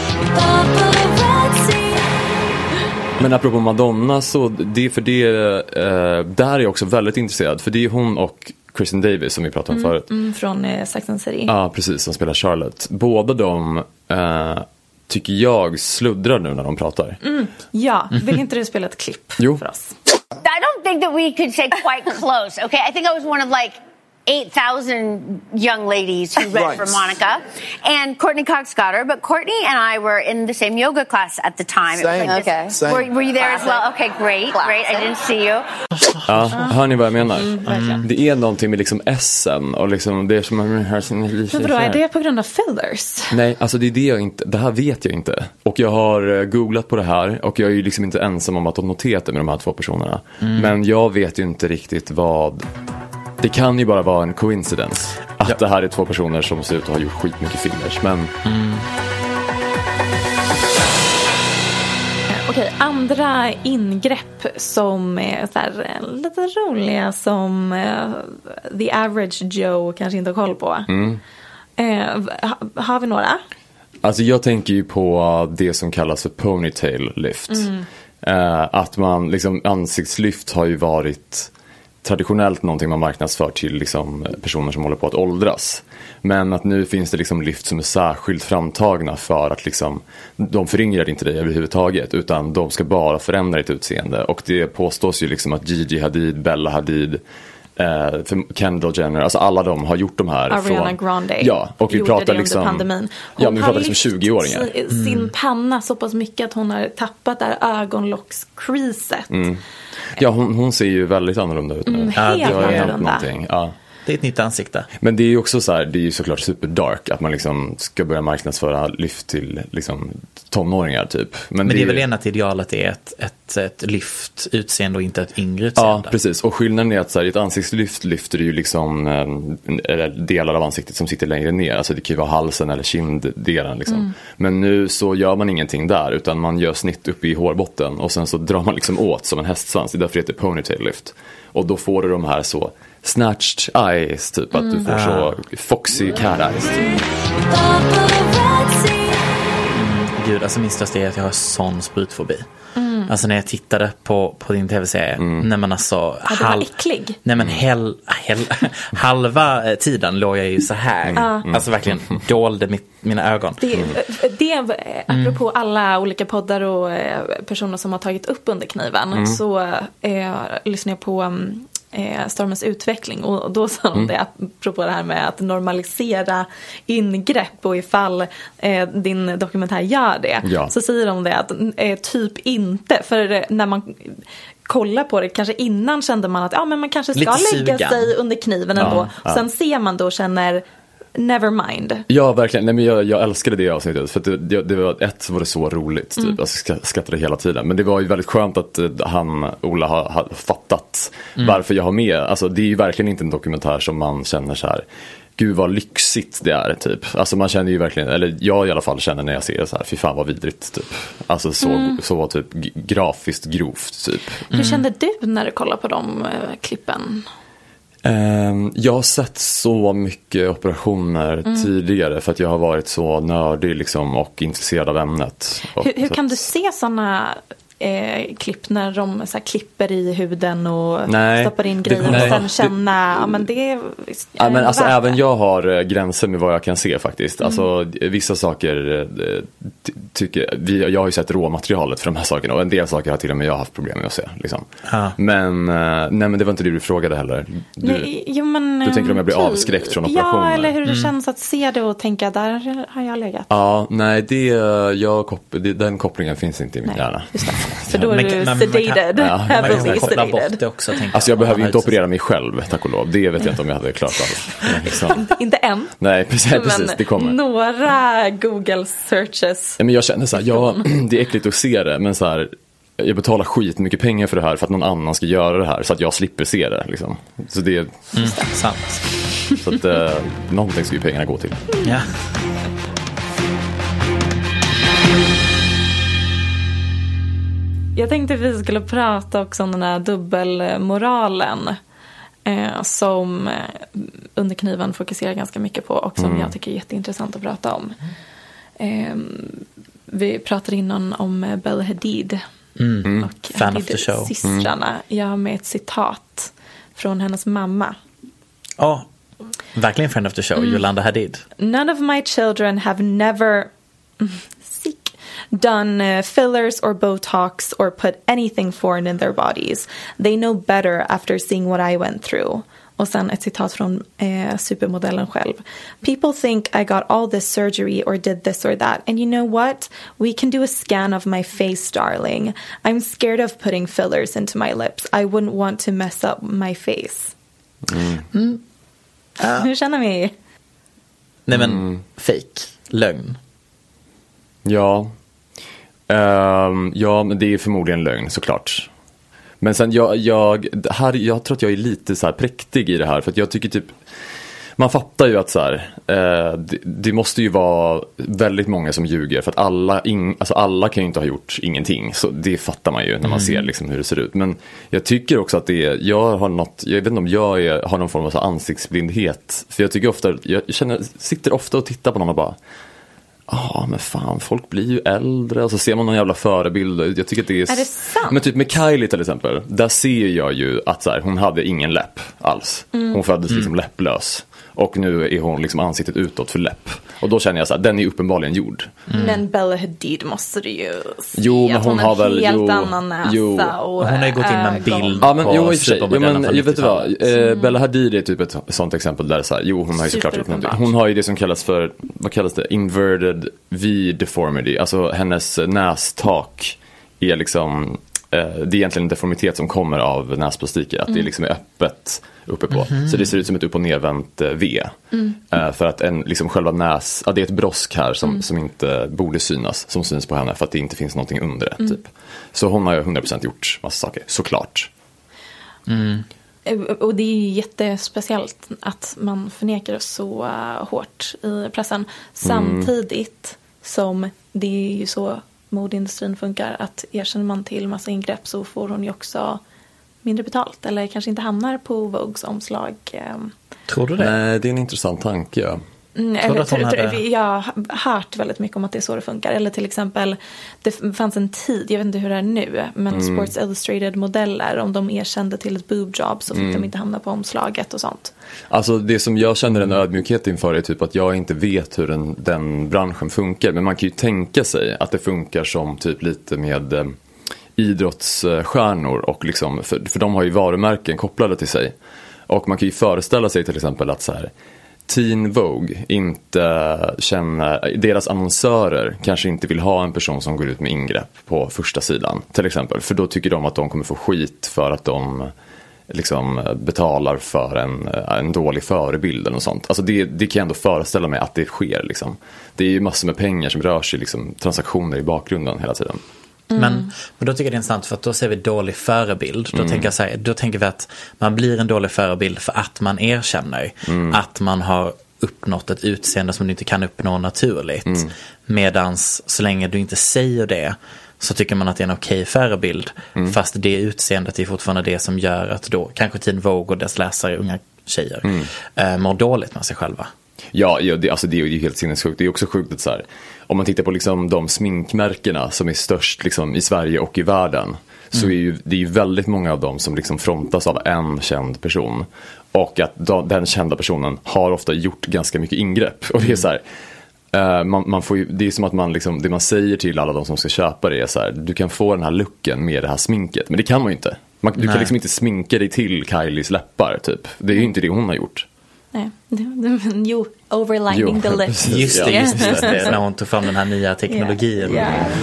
[SPEAKER 7] Men apropå Madonna, så där är jag också väldigt intresserad. För det är hon och Kristen Davis som vi pratade om förut.
[SPEAKER 8] Från Sex and the City.
[SPEAKER 7] Ja, precis, som spelar Charlotte. Båda de tycker jag sluddrar nu när de pratar.
[SPEAKER 8] Ja, vill inte du spela ett klipp för oss?
[SPEAKER 12] I don't think that we could say quite close, okay? I think I was one of like 8,000 young ladies who read for Monica, and Courtney Cox got her, but Courtney and I were in the same yoga class at the time.
[SPEAKER 13] Same.
[SPEAKER 12] Like
[SPEAKER 13] okay. Same.
[SPEAKER 12] Were you there as well? Okay, great. I didn't see you.
[SPEAKER 7] Ja, hör ni vad jag menar? Det är någonting med liksom essen och liksom det är som man hör sin lite.
[SPEAKER 8] Men vadå, är det på grund av fillers?
[SPEAKER 7] Nej, alltså det här vet jag inte. Och jag har googlat på det här och jag är ju liksom inte ensam om att ha noterat det med de här 2 personerna. Men jag vet ju inte riktigt vad. Det kan ju bara vara en coincidence att det här är 2 personer som ser ut att ha gjort skitmycket fillers, men...
[SPEAKER 8] Okej, andra ingrepp som är så här, lite roliga som the average Joe kanske inte har koll på. Har vi några?
[SPEAKER 7] Alltså jag tänker ju på det som kallas för ponytail lift. Att man liksom, ansiktslyft har ju varit traditionellt någonting man marknadsför till liksom personer som håller på att åldras. Men att nu finns det liksom lyft som är särskilt framtagna för att liksom, de föryngrar inte dig överhuvudtaget, utan de ska bara förändra ditt utseende. Och det påstås ju liksom att Gigi Hadid, Bella Hadid, Kendall Jenner, alltså alla de har gjort de här.
[SPEAKER 8] Ariana Grande.
[SPEAKER 7] Ja, och vi pratar liksom
[SPEAKER 8] pandemin.
[SPEAKER 7] Ja, men vi pratar liksom 20-åringar.
[SPEAKER 8] Sin panna så pass mycket att hon har tappat där ögonlockskriset.
[SPEAKER 7] Ja, hon ser ju väldigt annorlunda ut nu.
[SPEAKER 8] Helt annorlunda.
[SPEAKER 7] Ja.
[SPEAKER 6] Det är ett nytt ansikte.
[SPEAKER 7] Men det är ju också så här, det är ju såklart super dark att man liksom ska börja marknadsföra lyft till liksom tonåringar typ. Men
[SPEAKER 6] det är väl ena att idealet är ett lyft utseende och inte ett yngre utseende.
[SPEAKER 7] Ja, precis. Och skillnaden är att så här, i ett ansiktslyft lyfter du ju liksom delar av ansiktet som sitter längre ner. Alltså det kan ju vara halsen eller kinddelen liksom. Men nu så gör man ingenting där, utan man gör snitt upp i hårbotten och sen så drar man liksom åt som en hästsvans. Det är därför det heter ponytail lift. Och då får du de här så snatched eyes, typ att du får så foxy cat eyes.
[SPEAKER 6] Gud, alltså min största är att jag har sån sprutfobi. Alltså när jag tittade på din tv-serie, när man alltså
[SPEAKER 8] det var äcklig.
[SPEAKER 6] Nej, men halva tiden låg jag ju så här. Alltså verkligen dolde mina ögon.
[SPEAKER 8] Det apropå alla olika poddar och personer som har tagit upp under kniven, så lyssnar jag på Stormens utveckling, och då sa hon det, apropå det här med att normalisera ingrepp, och ifall din dokumentär gör det, så säger de det att typ inte, för när man kollar på det, kanske innan kände man att men man kanske ska lägga sig under kniven ändå. Sen ser man då och känner never mind.
[SPEAKER 7] Ja, verkligen. Nej, men jag älskade det avsnittet, för att det var så var det så roligt typ. Alltså, jag skrattade hela tiden. Men det var ju väldigt skönt att Ola har fattat varför jag har med. Alltså, det är ju verkligen inte en dokumentär som man känner så här, gud vad lyxigt det är typ. Alltså man känner ju verkligen, eller jag i alla fall känner när jag ser det så här, fy fan vad vidrigt typ. Alltså så typ grafiskt grovt typ.
[SPEAKER 8] Hur kände du när du kollade på de klippen?
[SPEAKER 7] Jag har sett så mycket operationer tidigare, för att jag har varit så nördig liksom, och intresserad av ämnet.
[SPEAKER 8] Hur kan du se sådana klipp när de så här, klipper i huden och stoppar in grejer och sen känna men det är
[SPEAKER 7] men alltså även jag har gränser med vad jag kan se faktiskt. Alltså vissa saker jag har ju sett råmaterialet för de här sakerna, och en del saker har till och med jag haft problem med att se liksom. Men det var inte det du frågade heller. Du tänker om jag blir avskräckt från operationer.
[SPEAKER 8] Ja, eller hur det känns att se det och tänka, där har jag legat.
[SPEAKER 7] Ja, nej, den kopplingen finns inte i min hjärna.
[SPEAKER 8] Just det. För då är du sedated.
[SPEAKER 6] Man kan koppla bort det också.
[SPEAKER 7] Alltså jag behöver ju inte operera mig själv, tack och lov. Det vet jag inte om jag hade klarat av. Liksom.
[SPEAKER 8] Inte än.
[SPEAKER 7] Nej, precis, det kommer.
[SPEAKER 8] Några Google searches.
[SPEAKER 7] Ja, men jag känner så här, det är äckligt att se det, men så här, jag betalar skitmycket pengar för det här för att någon annan ska göra det här, så att jag slipper se det liksom. Så det är
[SPEAKER 6] sant.
[SPEAKER 7] Så att någonting ska ju pengarna gå till.
[SPEAKER 6] Ja.
[SPEAKER 8] Jag tänkte att vi skulle prata också om den här dubbelmoralen som Under kniven fokuserar ganska mycket på, och som jag tycker är jätteintressant att prata om. Vi pratade innan om Bella Hadid och
[SPEAKER 6] Fan of the show.
[SPEAKER 8] Systrarna. Jag har med ett citat från hennes mamma.
[SPEAKER 6] Verkligen friend of the show, Yolanda Hadid.
[SPEAKER 8] None of my children have never done fillers or Botox or put anything foreign in their bodies. They know better after seeing what I went through. Och sen ett citat från supermodellen själv. People think I got all this surgery or did this or that. And you know what? We can do a scan of my face, darling. I'm scared of putting fillers into my lips. I wouldn't want to mess up my face. Hur känner vi?
[SPEAKER 6] Nej men, fake. Lögn.
[SPEAKER 7] Ja, men det är förmodligen lögn såklart. Men sen jag tror att jag är lite så här präktig i det här, för att jag tycker typ, man fattar ju att så här, det måste ju vara väldigt många som ljuger, för att alla kan ju inte ha gjort ingenting, så det fattar man ju när man ser liksom hur det ser ut. Men jag tycker också att jag vet inte om jag har någon form av så ansiktsblindhet, för jag tycker ofta, sitter ofta och tittar på någon och bara, men fan, folk blir ju äldre, och så ser man någon jävla förebild. Jag tycker att det är
[SPEAKER 8] det sant?
[SPEAKER 7] Men typ med Kylie till exempel, där ser jag ju att så här, hon hade ingen läpp alls. Hon föddes liksom läpplös. Och nu är hon liksom ansiktet utåt för läpp. Och då känner jag så här, den är uppenbarligen gjord.
[SPEAKER 8] Men Bella Hadid måste du ju se.
[SPEAKER 7] Jo, men
[SPEAKER 8] att hon har väl helt annan näsa och
[SPEAKER 6] hon har ju gått in med en bild
[SPEAKER 7] på supermodellen. Jag vet vad, Bella Hadid är typ ett sånt exempel där så här, hon har ju såklart gjort någonting. Hon har ju det som kallas för, vad kallas det? Inverted V-deformity. Alltså hennes nästak är liksom, det är egentligen en deformitet som kommer av näsplastiken. Att det liksom är öppet uppe på. Så det ser ut som ett upp- och nervänt V. För att liksom själva det är ett brosk här som inte borde synas, som syns på henne för att det inte finns någonting under det. Typ. Så hon har ju 100% gjort massa saker, såklart.
[SPEAKER 8] Och det är ju jättespeciellt att man förnekar så hårt i pressen. Samtidigt som det är ju så modeindustrin funkar, att erkänner man till massa ingrepp så får hon ju också mindre betalt, eller kanske inte hamnar på Vogues omslag.
[SPEAKER 6] Tror du det?
[SPEAKER 7] Nej, det är en intressant tanke, ja.
[SPEAKER 8] Jag har hört väldigt mycket om att det är så det funkar. Eller till exempel, det fanns en tid, jag vet inte hur det är nu, men Sports Illustrated-modeller, om de erkände till ett boobjob så fick de inte hamna på omslaget och sånt. Alltså det som jag känner en ödmjukhet inför är typ att jag inte vet hur den branschen funkar. Men man kan ju tänka sig att det funkar som typ lite med
[SPEAKER 7] idrottsstjärnor och liksom, för de har ju varumärken kopplade till sig. Och man kan ju föreställa sig till exempel att så här, Teen Vogue inte känner, deras annonsörer kanske inte vill ha en person som går ut med ingrepp på första sidan till exempel, för då tycker de att de kommer få skit för att de liksom betalar för en dålig förebild eller något sånt. Alltså det kan jag ändå föreställa mig att det sker liksom. Det är ju massor med pengar som rör sig liksom, transaktioner i bakgrunden hela tiden.
[SPEAKER 6] Men då tycker jag det är intressant, för att då ser vi dålig förebild. Då tänker vi att man blir en dålig förebild för att man erkänner att man har uppnått ett utseende som du inte kan uppnå naturligt. Medans så länge du inte säger det så tycker man att det är en okej förebild. Fast det utseendet är fortfarande det som gör att då kanske Teen Vogue och dess läsare, unga tjejer, mår dåligt med sig själva. Ja,
[SPEAKER 7] det är ju helt sinnessjukt. Det är också sjukt att så här, om man tittar på liksom de sminkmärkena som är störst liksom i Sverige och i världen, så är det är ju väldigt många av dem som liksom frontas av en känd person. Och att den kända personen har ofta gjort ganska mycket ingrepp. Och det är så här, man får ju, det är som att man liksom, det man säger till alla de som ska köpa det är så här, du kan få den här looken med det här sminket. Men det kan man ju inte. Du kan liksom inte sminka dig till Kylies läppar typ. Det är ju inte det hon har gjort.
[SPEAKER 8] Nej, overlining the lips.
[SPEAKER 6] Just det, när hon tog fram den här nya teknologin.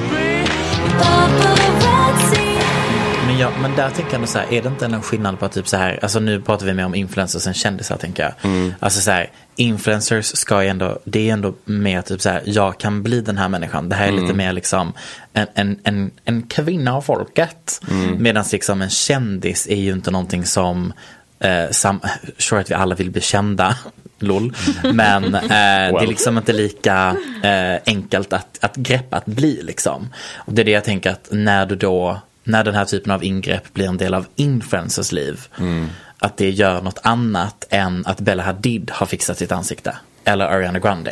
[SPEAKER 6] Men där tänker jag så här, är det inte en skillnad på typ så här, alltså nu pratar vi mer om influencers än kändisar, tänker jag. Alltså så här, influencers ska ju ändå, det är ändå mer typ så här, jag kan bli den här människan. Det här är lite mer liksom en kvinna av folket. Medan liksom en kändis är ju inte någonting som sure att vi alla vill bli kända, lol. Men det är liksom inte lika enkelt att greppa, att bli liksom. Och det är det jag tänker, att när den här typen av ingrepp blir en del av influencers liv, att det gör något annat än att Bella Hadid har fixat sitt ansikte eller Ariana Grande.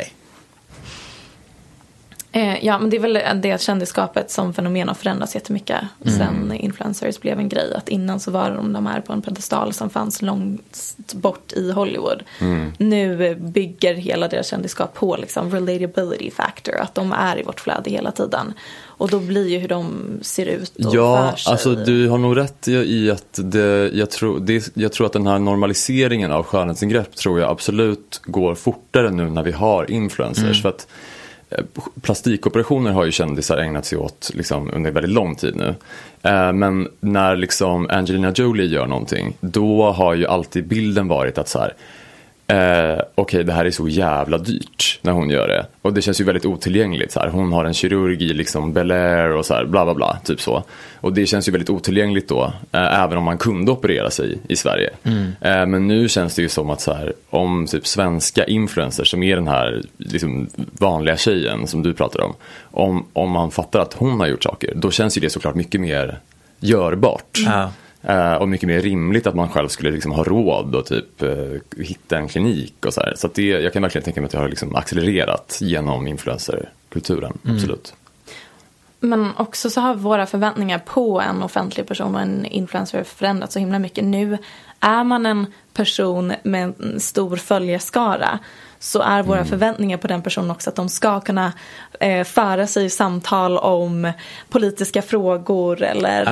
[SPEAKER 8] Ja, men det är väl det kändisskapet som fenomen har förändrats jättemycket sen influencers blev en grej. Att innan så var de här på en pedestal som fanns långt bort i Hollywood. Nu bygger hela deras kändisskap på liksom relatability factor, att de är i vårt flöde hela tiden. Och då blir ju hur de ser ut och för sig. Alltså
[SPEAKER 7] du har nog rätt i att jag tror att den här normaliseringen av skönhetsingrepp tror jag absolut går fortare nu när vi har influencers. För att plastikoperationer har ju kändisar ägnat sig åt liksom under väldigt lång tid nu. Men när liksom Angelina Jolie gör någonting, då har ju alltid bilden varit att så här, okej, det här är så jävla dyrt när hon gör det. Och det känns ju väldigt otillgängligt så här. Hon har en kirurg i liksom Bel Air och så här, bla bla bla, typ så. Och det känns ju väldigt otillgängligt då, även om man kunde operera sig i Sverige. Men nu känns det ju som att så här, om typ svenska influencers som är den här liksom vanliga tjejen som du pratar om man fattar att hon har gjort saker, då känns ju det såklart mycket mer görbart. Och mycket mer rimligt att man själv skulle liksom ha råd och typ hitta en klinik och så här. Så att jag kan verkligen tänka mig att det har liksom accelererat genom influencerkulturen, absolut.
[SPEAKER 8] Men också så har våra förväntningar på en offentlig person och en influencer förändrats så himla mycket. Nu är man en person med en stor följarskara, så är våra förväntningar på den personen också att de ska kunna föra sig i samtal om politiska frågor eller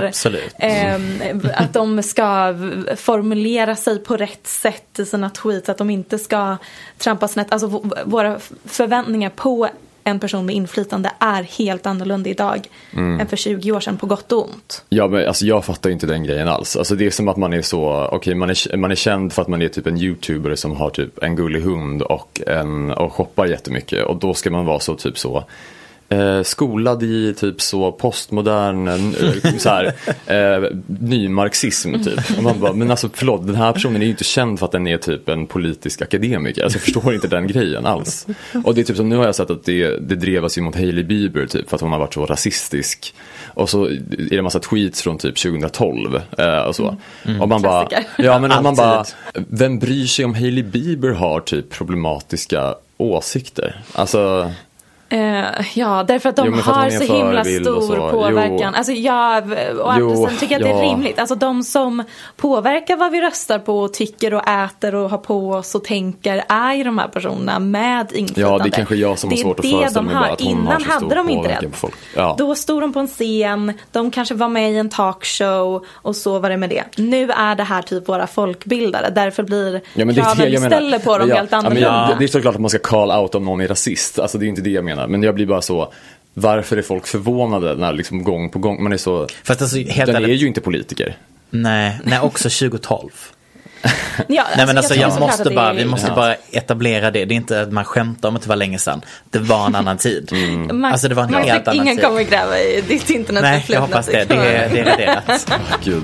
[SPEAKER 8] att de ska formulera sig på rätt sätt i sina tweets, att de inte ska trampa snett. Alltså våra förväntningar på en person med inflytande är helt annorlunda idag än för 20 år sedan, på gott och ont. Ja, men
[SPEAKER 7] alltså jag fattar inte den grejen alls. Alltså det är som att man är så, okej, man är känd för att man är typ en YouTuber som har typ en gullig hund och shoppar jättemycket, och då ska man vara så typ så skolad i typ så postmodern så här, nymarxism typ. Och man bara, men alltså förlåt, den här personen är ju inte känd för att den är typ en politisk akademiker. Alltså jag förstår inte den grejen alls. Och det är typ som nu har jag sett att det drevas ju mot Hailey Bieber typ för att hon har varit så rasistisk. Och så är det en massa tweets från typ 2012 och så. Och man bara, man bara, vem bryr sig om Hailey Bieber har typ problematiska åsikter? Alltså
[SPEAKER 8] Ja, därför att de har så himla stor påverkan. Alltså sen tycker jag att det är rimligt. Alltså de som påverkar vad vi röstar på och tycker och äter och har på oss och tänker är ju de här personerna med inflytande.
[SPEAKER 7] Ja, det är kanske jag som har svårt att föreställa mig bara att hon
[SPEAKER 8] innan
[SPEAKER 7] har så stor
[SPEAKER 8] hade de inte
[SPEAKER 7] påverkan
[SPEAKER 8] det.
[SPEAKER 7] på folk. Ja.
[SPEAKER 8] Då stod de på en scen, de kanske var med i en talkshow och så var det med det. Nu är det här typ våra folkbildare. Därför blir kraven vi ställer på dem helt annorlunda.
[SPEAKER 7] Det är såklart att man ska call out om någon är rasist. Alltså det är inte det jag menar. Men jag blir bara så, varför är folk förvånade när liksom gång på gång man är så.
[SPEAKER 6] Fast alltså, helt
[SPEAKER 7] den är ju inte politiker.
[SPEAKER 6] Nej, också 2012.
[SPEAKER 8] Ja,
[SPEAKER 6] nej men alltså vi måste bara etablera det. Det är inte att man skämtar om att det var länge sedan. Det var en annan tid. Alltså det var en helt annan
[SPEAKER 8] ingen
[SPEAKER 6] tid.
[SPEAKER 8] Kommer gräva i ditt internet.
[SPEAKER 6] Nej, jag hoppas det. Det är raderat.
[SPEAKER 7] Gud.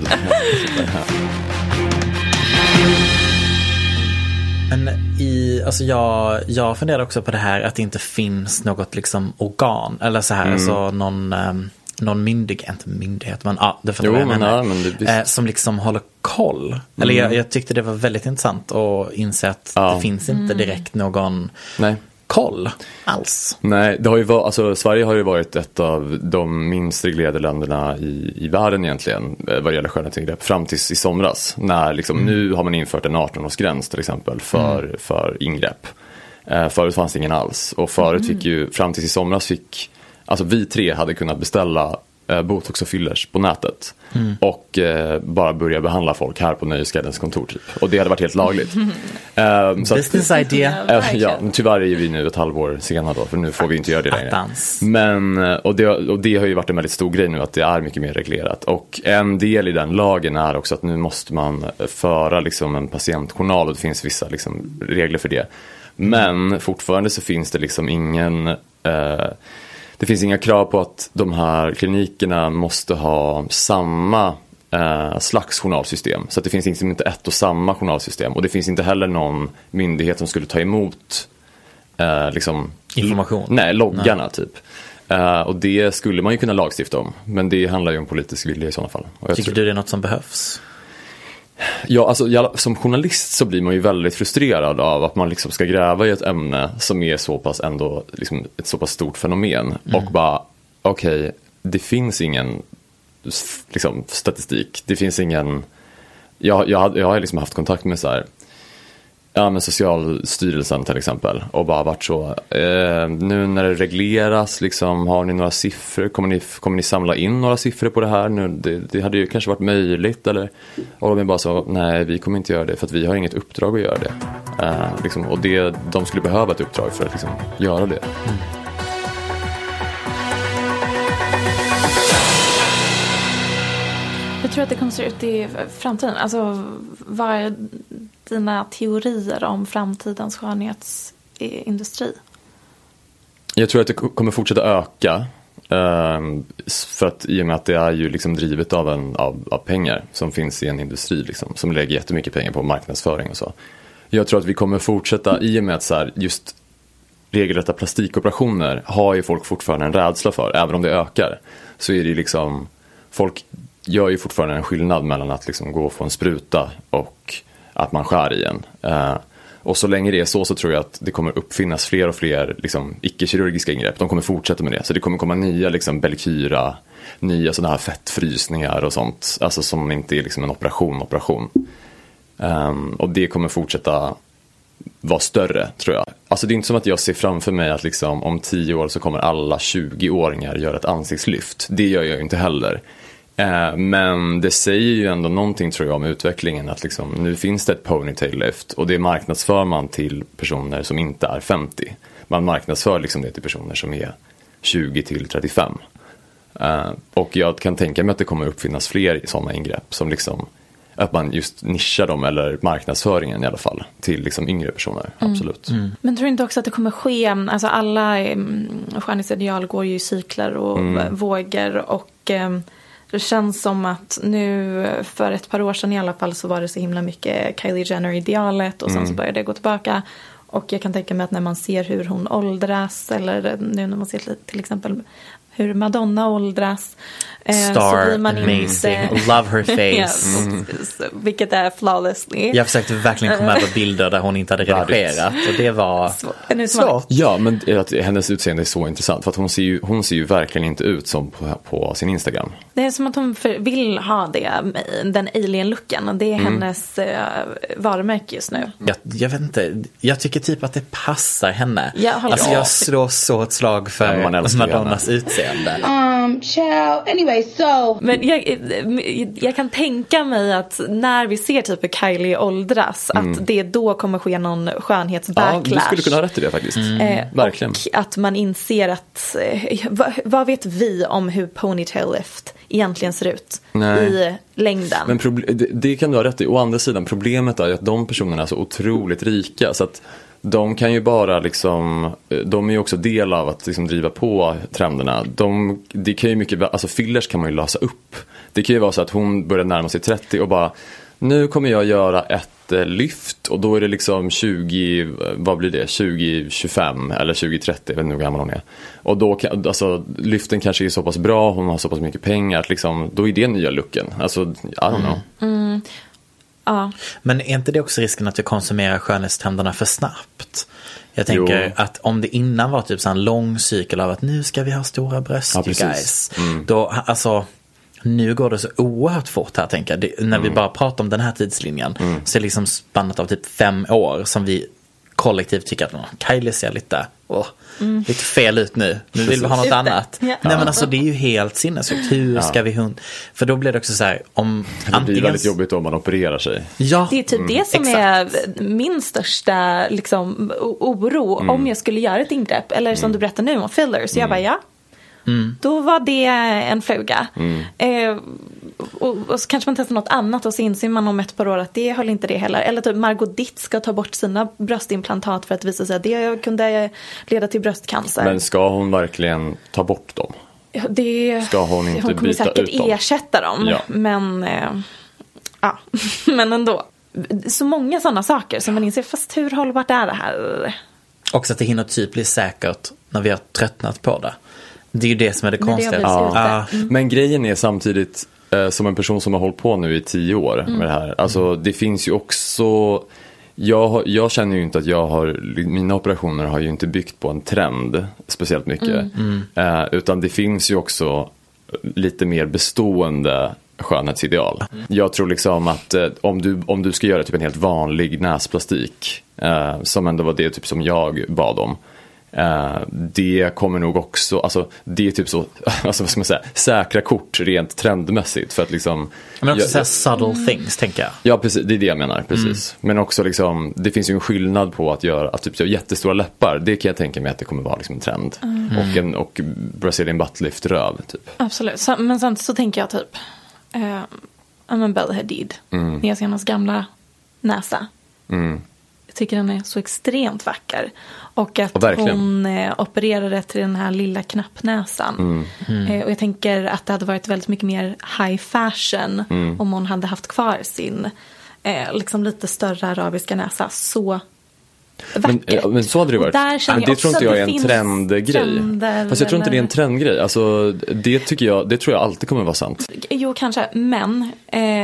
[SPEAKER 6] Men jag funderar också på det här att det inte finns något liksom organ eller så här, alltså någon myndighet, men det får jag menar, som liksom håller koll. Eller jag tyckte det var väldigt intressant att inse att det finns inte direkt någon koll alls.
[SPEAKER 7] Nej, det har ju varit, alltså Sverige har ju varit ett av de minst reglerade länderna i världen egentligen vad gäller skönhetsingrepp fram tills i somras när liksom nu har man infört en 18-årsgräns till exempel för ingrepp. Förut fanns det ingen alls och förut fick ju fram tills i somras alltså vi 3 hade kunnat beställa botox och fillers på nätet och bara börja behandla folk här på Nöjesguidens kontor typ. Och det hade varit helt lagligt.
[SPEAKER 6] Business idea.
[SPEAKER 7] Ja, tyvärr är vi nu ett halvår senare då, för nu får vi inte göra det längre. Men, och det har ju varit en väldigt stor grej nu att det är mycket mer reglerat. Och en del i den lagen är också att nu måste man föra liksom en patientjournal och det finns vissa liksom regler för det. Men fortfarande så finns det liksom det finns inga krav på att de här klinikerna måste ha samma slags journalsystem. Så att det finns liksom inte ett och samma journalsystem. Och det finns inte heller någon myndighet som skulle ta emot
[SPEAKER 6] information.
[SPEAKER 7] Nej, loggarna typ. Och det skulle man ju kunna lagstifta om. Men det handlar ju om politisk vilja i sådana fall.
[SPEAKER 6] Tycker du det är något som behövs?
[SPEAKER 7] Ja, alltså som journalist så blir man ju väldigt frustrerad av att man liksom ska gräva i ett ämne som är så pass ändå liksom ett så pass stort fenomen och bara okej, det finns ingen liksom statistik, det finns ingen jag har liksom haft kontakt med så här men Socialstyrelsen till exempel och bara varit så nu när det regleras liksom, har ni några siffror, kommer ni samla in några siffror på det här nu, det hade ju kanske varit möjligt eller, och de är bara så, nej vi kommer inte göra det för att vi har inget uppdrag att göra det liksom, och de skulle behöva ett uppdrag för att liksom göra det.
[SPEAKER 8] Jag tror att det kommer se ut i framtiden. Alltså, vad är dina teorier om framtidens skönhetsindustri?
[SPEAKER 7] Jag tror att det kommer fortsätta öka. För att i och med att det är ju liksom drivet av pengar som finns i en industri liksom, som lägger jättemycket pengar på marknadsföring och så. Jag tror att vi kommer fortsätta i och med att så här, just regelrätta plastikoperationer har ju folk fortfarande en rädsla för. Även om det ökar så är det liksom, folk gör ju fortfarande en skillnad mellan att liksom gå och få en spruta och att man skär igen. Och så länge det är så tror jag att det kommer uppfinnas fler och fler liksom, icke-kirurgiska ingrepp. De kommer fortsätta med det. Så det kommer komma nya liksom, Belkyra, nya sådana här fettfrysningar och sånt. Alltså som inte är liksom en operation. Och det kommer fortsätta vara större, tror jag. Alltså det är inte som att jag ser framför mig att liksom, om 10 år så kommer alla 20-åringar göra ett ansiktslyft. Det gör jag ju inte heller. Men det säger ju ändå någonting, tror jag, om utvecklingen. Att liksom, nu finns det ett ponytail lift och det marknadsför man till personer som inte är 50. Man marknadsför liksom det till personer som är 20 till 35. Och jag kan tänka mig att det kommer uppfinnas fler sådana ingrepp som liksom, att man just nischar dem, eller marknadsföringen i alla fall, till liksom yngre personer, absolut.
[SPEAKER 8] Men tror du inte också att det kommer ske, alltså alla skönhetsideal går ju i cykler och vågor och det känns som att nu för ett par år sedan i alla fall så var det så himla mycket Kylie Jenner-idealet och sen så började det gå tillbaka. Och jag kan tänka mig att när man ser hur hon åldras eller nu när man ser till exempel hur Madonna åldras
[SPEAKER 6] Star, amazing, love her face.
[SPEAKER 8] Vilket är flawlessly.
[SPEAKER 6] Jag försökte verkligen komma över bilder där hon inte hade redigerat. Och det var
[SPEAKER 8] så.
[SPEAKER 7] Ja, men hennes utseende är så intressant. För att hon ser ju verkligen inte ut som på sin Instagram.
[SPEAKER 8] Det är som att hon vill ha den alien-looken. Det är hennes varumärke just nu.
[SPEAKER 6] Jag vet inte. Jag tycker typ att det passar henne.
[SPEAKER 8] Jag
[SPEAKER 6] slår så ett slag för Madonnas utseende.
[SPEAKER 8] Anyway, so. Men jag kan tänka mig att när vi ser typ Kylie åldras att det då kommer ske någon skönhetsbacklash.
[SPEAKER 7] Ja, du skulle kunna ha rätt i det faktiskt. Verkligen.
[SPEAKER 8] Och att man inser att vad vet vi om hur ponytail lift egentligen ser ut i längden.
[SPEAKER 7] Men det kan du ha rätt i. Å andra sidan, problemet är att de personerna är så otroligt rika så att de kan ju bara liksom, de är ju också del av att liksom driva på trenderna. Det kan ju mycket, alltså fillers kan man ju lösa upp. Det kan ju vara så att hon börjar närma sig 30 och bara, nu kommer jag göra ett lyft och då är det liksom 2025 eller 2030, jag vet inte hur gammal hon är. Och då alltså lyften kanske är så pass bra, hon har så pass mycket pengar att liksom, då är det nya looken. Alltså, I don't know.
[SPEAKER 8] Ja.
[SPEAKER 6] Men är inte det också risken att vi konsumerar skönhetstrenderna för snabbt? Jag tänker att om det innan var typ så en lång cykel av att nu ska vi ha stora bröst, you guys. Då, alltså, nu går det så oerhört fort här, tänker jag. När vi bara pratar om den här tidslinjen så är det liksom spannat av typ 5 år som vi kollektivt tycker att Kylie ser lite fel ut nu. Nu vill vi ha något annat. Nej, men alltså det är ju helt sinnessjukt. Hur ska vi för då blir det också så här om
[SPEAKER 7] det blir väldigt jobbigt om man opererar sig.
[SPEAKER 8] Ja. Det är typ det som är min största liksom oro om jag skulle göra ett ingrepp eller som du berättar nu om fillers. Jag bara då var det en fluga. Och så kanske man testar något annat och så inser man om ett par år att det höll inte det heller. Eller typ Margot Ditt ska ta bort sina bröstimplantat för att visa sig att det kunde leda till bröstcancer.
[SPEAKER 7] Men ska hon verkligen ta bort dem? Ska hon inte
[SPEAKER 8] hon kommer
[SPEAKER 7] byta
[SPEAKER 8] säkert
[SPEAKER 7] ut dem?
[SPEAKER 8] Ersätta dem.
[SPEAKER 7] Ja.
[SPEAKER 8] Men men ändå. Så många sådana saker som man inser, fast hur hållbart är det här?
[SPEAKER 6] Också att det hinner typ bli säkert när vi har tröttnat på det. Det är ju det som är det konstiga.
[SPEAKER 7] Men grejen är samtidigt som en person som har hållit på nu i 10 år med det här. Alltså det finns ju också, jag känner ju inte att mina operationer har ju inte byggt på en trend speciellt mycket. Utan det finns ju också lite mer bestående skönhetsideal. Jag tror liksom att om du ska göra typ en helt vanlig näsplastik som ändå var det typ som jag bad om. Det kommer nog också, alltså det är typ så, alltså vad ska man säga, säkra kort rent trendmässigt för att liksom,
[SPEAKER 6] men också så subtle things, tänker jag.
[SPEAKER 7] Ja, precis, det är det jag menar, precis. Men också liksom, det finns ju en skillnad på att göra typ jättestora läppar. Det kan jag tänka mig att det kommer vara liksom en trend. Och Brazilian butt lift röv typ.
[SPEAKER 8] Absolut, men samtidigt så tänker jag typ Bella Hadid, hennes gamla näsa. Jag tycker den är så extremt vacker. Och att hon opererade till den här lilla knappnäsan. Och jag tänker att det hade varit väldigt mycket mer high fashion om hon hade haft kvar sin liksom lite större arabiska näsa. Så vackert.
[SPEAKER 7] Men så hade det varit. Men det tror inte jag är en trendgrej. Fast jag tror inte det är en trendgrej. Alltså, det tror jag alltid kommer vara sant.
[SPEAKER 8] Jo, kanske. Men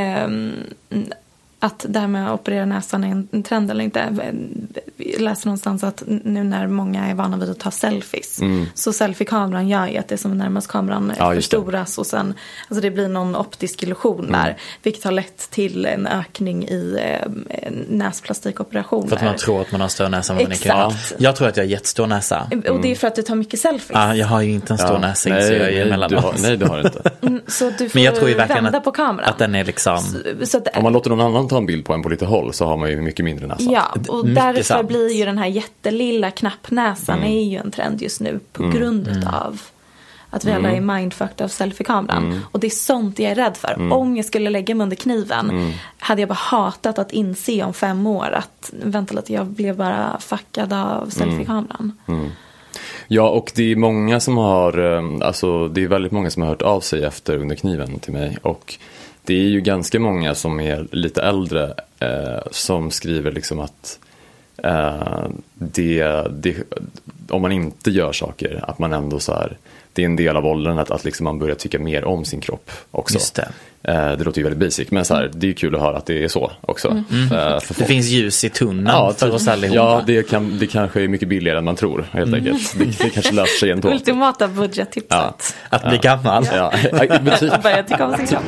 [SPEAKER 8] att det här med att operera näsan är en trend eller inte. Jag läste någonstans att nu när många är vana vid att ta selfies så selfie-kameran gör ju att det som närmast kameran förstoras och sen alltså det blir någon optisk illusion där, vilket har lett till en ökning i näsplastikoperationer.
[SPEAKER 6] För att man tror att man har större näsa än vad man kan. Jag tror att jag har jättestor näsa.
[SPEAKER 8] Och det är för att du tar mycket selfies.
[SPEAKER 6] Ja, jag har ju inte en stor näsa.
[SPEAKER 7] Nej, du har inte.
[SPEAKER 8] Så du får
[SPEAKER 6] men jag tror ju verkligen
[SPEAKER 8] vända på kameran.
[SPEAKER 6] Att den är liksom...
[SPEAKER 7] Om man låter någon annan ta en bild på en på lite håll så har man ju mycket mindre näsa.
[SPEAKER 8] Ja, och därför blir ju den här jättelilla knappnäsan är ju en trend just nu på grund av att vi alla är mindfucked av selfie-kameran. Och det är sånt jag är rädd för. Om jag skulle lägga mig under kniven hade jag bara hatat att inse om 5 år att vänta lite, jag blev bara fuckad av selfie-kameran.
[SPEAKER 7] Ja, och det är många som har alltså det är väldigt många som har hört av sig efter under kniven till mig, och det är ju ganska många som är lite äldre som skriver liksom att om man inte gör saker, att man ändå så här, det är en del av åldern att liksom man börjar tycka mer om sin kropp också.
[SPEAKER 6] Just det.
[SPEAKER 7] Det låter ju väldigt basic, men så här, det är kul att höra att det är så också.
[SPEAKER 6] Det finns ljus i tunneln för oss allihopa.
[SPEAKER 7] Ja, det kanske är mycket billigare än man tror, helt enkelt. Det kanske löser sig ändå.
[SPEAKER 8] Ultimata budgettipset.
[SPEAKER 7] Ja.
[SPEAKER 6] Att bli gammal.
[SPEAKER 7] Ja.
[SPEAKER 8] Börja tycka om sin kropp.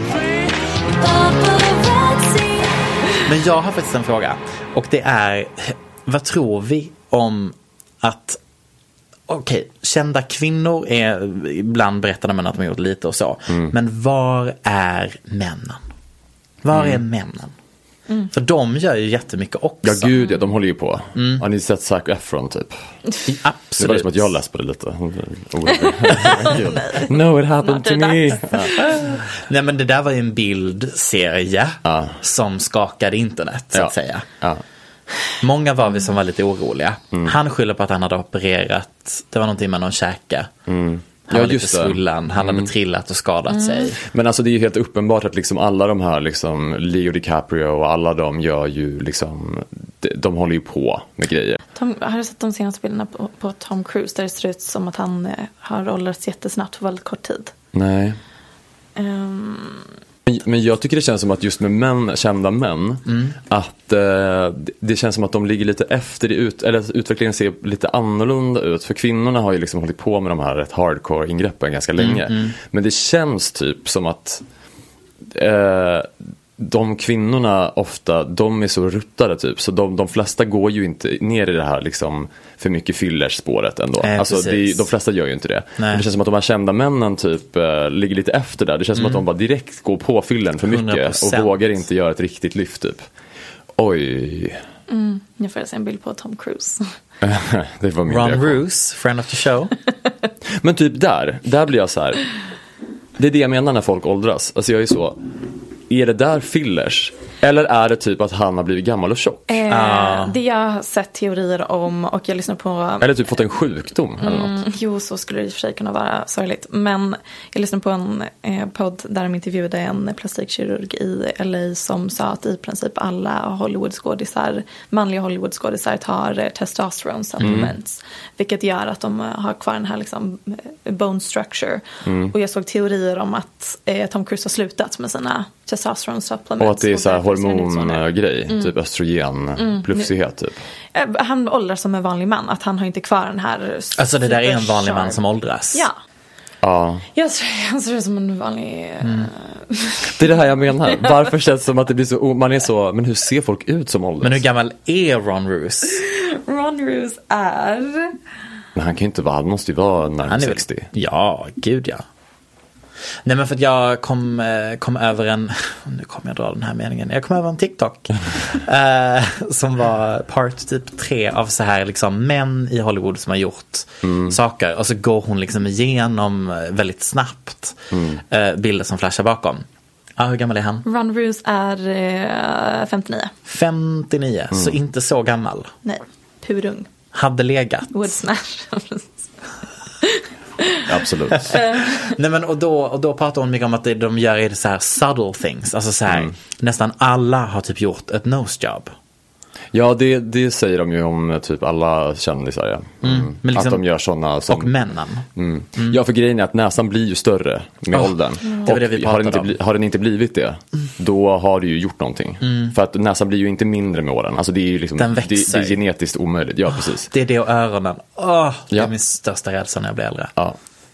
[SPEAKER 6] Men jag har faktiskt en fråga. Och det är, vad tror vi om att kända kvinnor är, ibland berättar man att de har gjort lite och så. Men var är männen? Var är männen? För de gör ju jättemycket också.
[SPEAKER 7] Ja, gud, ja, de håller ju på. Har ni sett Zac Efron typ?
[SPEAKER 6] Absolut.
[SPEAKER 7] Det var som att jag läste på det lite. No, it happened to me.
[SPEAKER 6] Nej, men det där var ju en bildserie som skakade internet, så att säga.
[SPEAKER 7] Ja.
[SPEAKER 6] Många var vi som var lite oroliga. Han skyller på att han hade opererat. Det var någonting med någon käke. Han var lite svullan. Han hade trillat och skadat sig.
[SPEAKER 7] Men alltså det är ju helt uppenbart att liksom alla de här liksom Leo DiCaprio och alla de gör ju liksom, de håller ju på med grejer.
[SPEAKER 8] Har du sett de senaste bilderna på Tom Cruise där det ser ut som att han har åldrats jättesnabbt för väldigt kort tid?
[SPEAKER 7] Nej. Men jag tycker det känns som att just med kända män att det känns som att de ligger lite efter eller utvecklingen ser lite annorlunda ut. För kvinnorna har ju liksom hållit på med de här rätt hardcore ingreppen ganska länge. Men det känns typ som att de kvinnorna ofta, de är så ruttade typ, så de flesta går ju inte ner i det här liksom för mycket fillerspåret ändå. Alltså de flesta gör ju inte det. Men det känns som att de här kända männen typ ligger lite efter där. Det känns som att de bara direkt går på fyllen för mycket 100%. Och vågar inte göra ett riktigt lyft typ. Oj.
[SPEAKER 8] Jag får se en bild på Tom Cruise.
[SPEAKER 7] Det var min
[SPEAKER 6] Ron
[SPEAKER 7] reaktion.
[SPEAKER 6] Roos, friend of the show.
[SPEAKER 7] Men typ där blir jag så här. Det är det jag menar när folk åldras. Alltså jag är så, är det där fillers? Eller är det typ att han har blivit gammal och tjock?
[SPEAKER 8] Det jag har sett teorier om, och jag lyssnar på...
[SPEAKER 7] Eller typ fått en sjukdom eller något.
[SPEAKER 8] Jo, så skulle det i och för sig kunna vara sorgligt. Men jag lyssnade på en podd där de intervjuade en plastikkirurg i LA som sa att i princip alla manliga Hollywoodskådisar tar testosterone supplements. Vilket gör att de har kvar den här liksom bone structure. Och jag såg teorier om att Tom Cruise har slutat med sina testosterone supplements.
[SPEAKER 7] Och att det är så här hormongrej, typ östrogen, plufsighet typ.
[SPEAKER 8] Han åldras som en vanlig man, att han har inte kvar den här...
[SPEAKER 6] Alltså det där är en vanlig man som åldras.
[SPEAKER 8] Ja.
[SPEAKER 7] Ja.
[SPEAKER 8] Jag ser det som en vanlig...
[SPEAKER 7] Det är det här jag menar. Varför känns det som att det blir så... Man är så... Men hur ser folk ut som åldras?
[SPEAKER 6] Men hur gammal är Ron Roos?
[SPEAKER 8] Ron Roos är...
[SPEAKER 7] Men han kan ju inte vara... Han måste ju vara närmare 60.
[SPEAKER 6] Ja, gud ja. Nej, men för att jag kom över nu kommer jag dra den här meningen. Jag kom över en TikTok som var part typ 3 av så här liksom män i Hollywood som har gjort saker. Och så går hon liksom igenom väldigt snabbt bilder som flashar bakom. Hur gammal är han?
[SPEAKER 8] Ron Roos är 59.
[SPEAKER 6] 59, så inte så gammal.
[SPEAKER 8] Nej, purung.
[SPEAKER 6] Hade legat.
[SPEAKER 8] Woodsnash.
[SPEAKER 7] Absolut.
[SPEAKER 6] Nej, men och då pratar hon mycket om att det de gör är så här subtle things. Alltså så här, nästan alla har typ gjort ett nosejob.
[SPEAKER 7] Ja, det säger de ju om typ alla kändisar. Ja.
[SPEAKER 6] Men liksom,
[SPEAKER 7] att de gör sådana som...
[SPEAKER 6] Och männen.
[SPEAKER 7] Ja, för grejen är att näsan blir ju större med åldern.
[SPEAKER 6] Det var det vi
[SPEAKER 7] har den inte blivit det, då har du ju gjort någonting. För att näsan blir ju inte mindre med åren. Alltså det är ju liksom,
[SPEAKER 6] den växer.
[SPEAKER 7] Det är genetiskt omöjligt. Ja, precis.
[SPEAKER 6] Det är det och öronen. Det är min största rädsla när jag blir äldre.
[SPEAKER 7] Ja.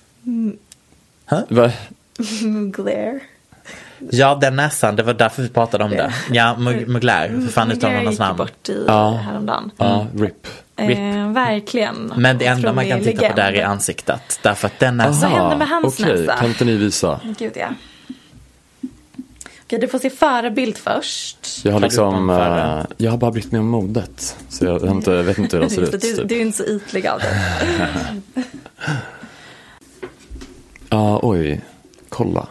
[SPEAKER 8] Glare.
[SPEAKER 6] Ja, den näsan, det var därför vi pratade om det. Ja, Mugler, för fan utan någons namn.
[SPEAKER 8] Bort i häromdagen.
[SPEAKER 7] RIP.
[SPEAKER 8] Verkligen.
[SPEAKER 6] Men det enda man kan titta på där är ansiktet. Därför att den näsan...
[SPEAKER 8] Vad hände med hans näsa?
[SPEAKER 7] Kan inte ni visa?
[SPEAKER 8] Gud, ja. Okej, du får se förebild först.
[SPEAKER 7] Jag har liksom... jag har bara brytt mig om modet. Så jag vet inte hur det ser ut.
[SPEAKER 8] Du är inte så ytlig av det.
[SPEAKER 7] Oj. Kolla.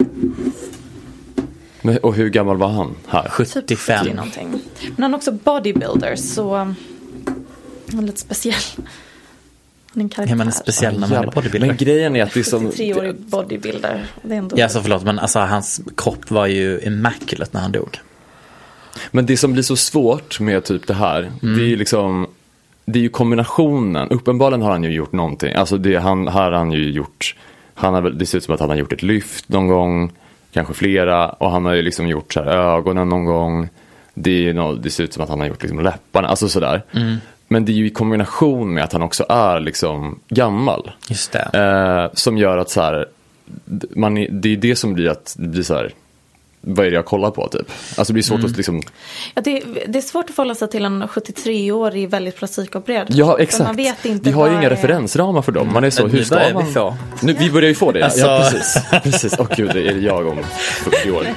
[SPEAKER 7] Och hur gammal var han här?
[SPEAKER 6] 75
[SPEAKER 8] typ någonting. Men han är också bodybuilder, så han är lite speciell. Han är en karaktär.
[SPEAKER 6] Ja, man är speciell när man är bodybuilder.
[SPEAKER 7] Men grejen är att det är som...
[SPEAKER 8] 73-årig bodybuilder. Det är ändå...
[SPEAKER 6] Ja, så förlåt, men alltså, hans kropp var ju immaculate när han dog.
[SPEAKER 7] Men det som blir så svårt med typ det här, det är liksom... det är ju kombinationen. Uppenbarligen har han ju gjort någonting. Alltså det ser ut som att han har gjort ett lyft någon gång, kanske flera, och han har ju liksom gjort så här ögonen någon gång. Det ser ut som att han har gjort liksom läpparna, alltså sådär. Men det är ju i kombination med att han också är liksom gammal.
[SPEAKER 6] Just det.
[SPEAKER 7] Som gör att så här, det är det som blir att det blir så här, vad är det jag kollar på typ? Alltså det blir svårt att liksom...
[SPEAKER 8] Ja, det är svårt att förhålla sig till en 73-årig väldigt plastikopererad.
[SPEAKER 7] Ja, exakt.
[SPEAKER 8] Man vet inte,
[SPEAKER 7] vi har ju inga referensramar för dem. Man är så, hur ska man... Vi börjar ju få det.
[SPEAKER 6] Alltså...
[SPEAKER 7] Ja, precis. Åh gud, det är jag om 40 år.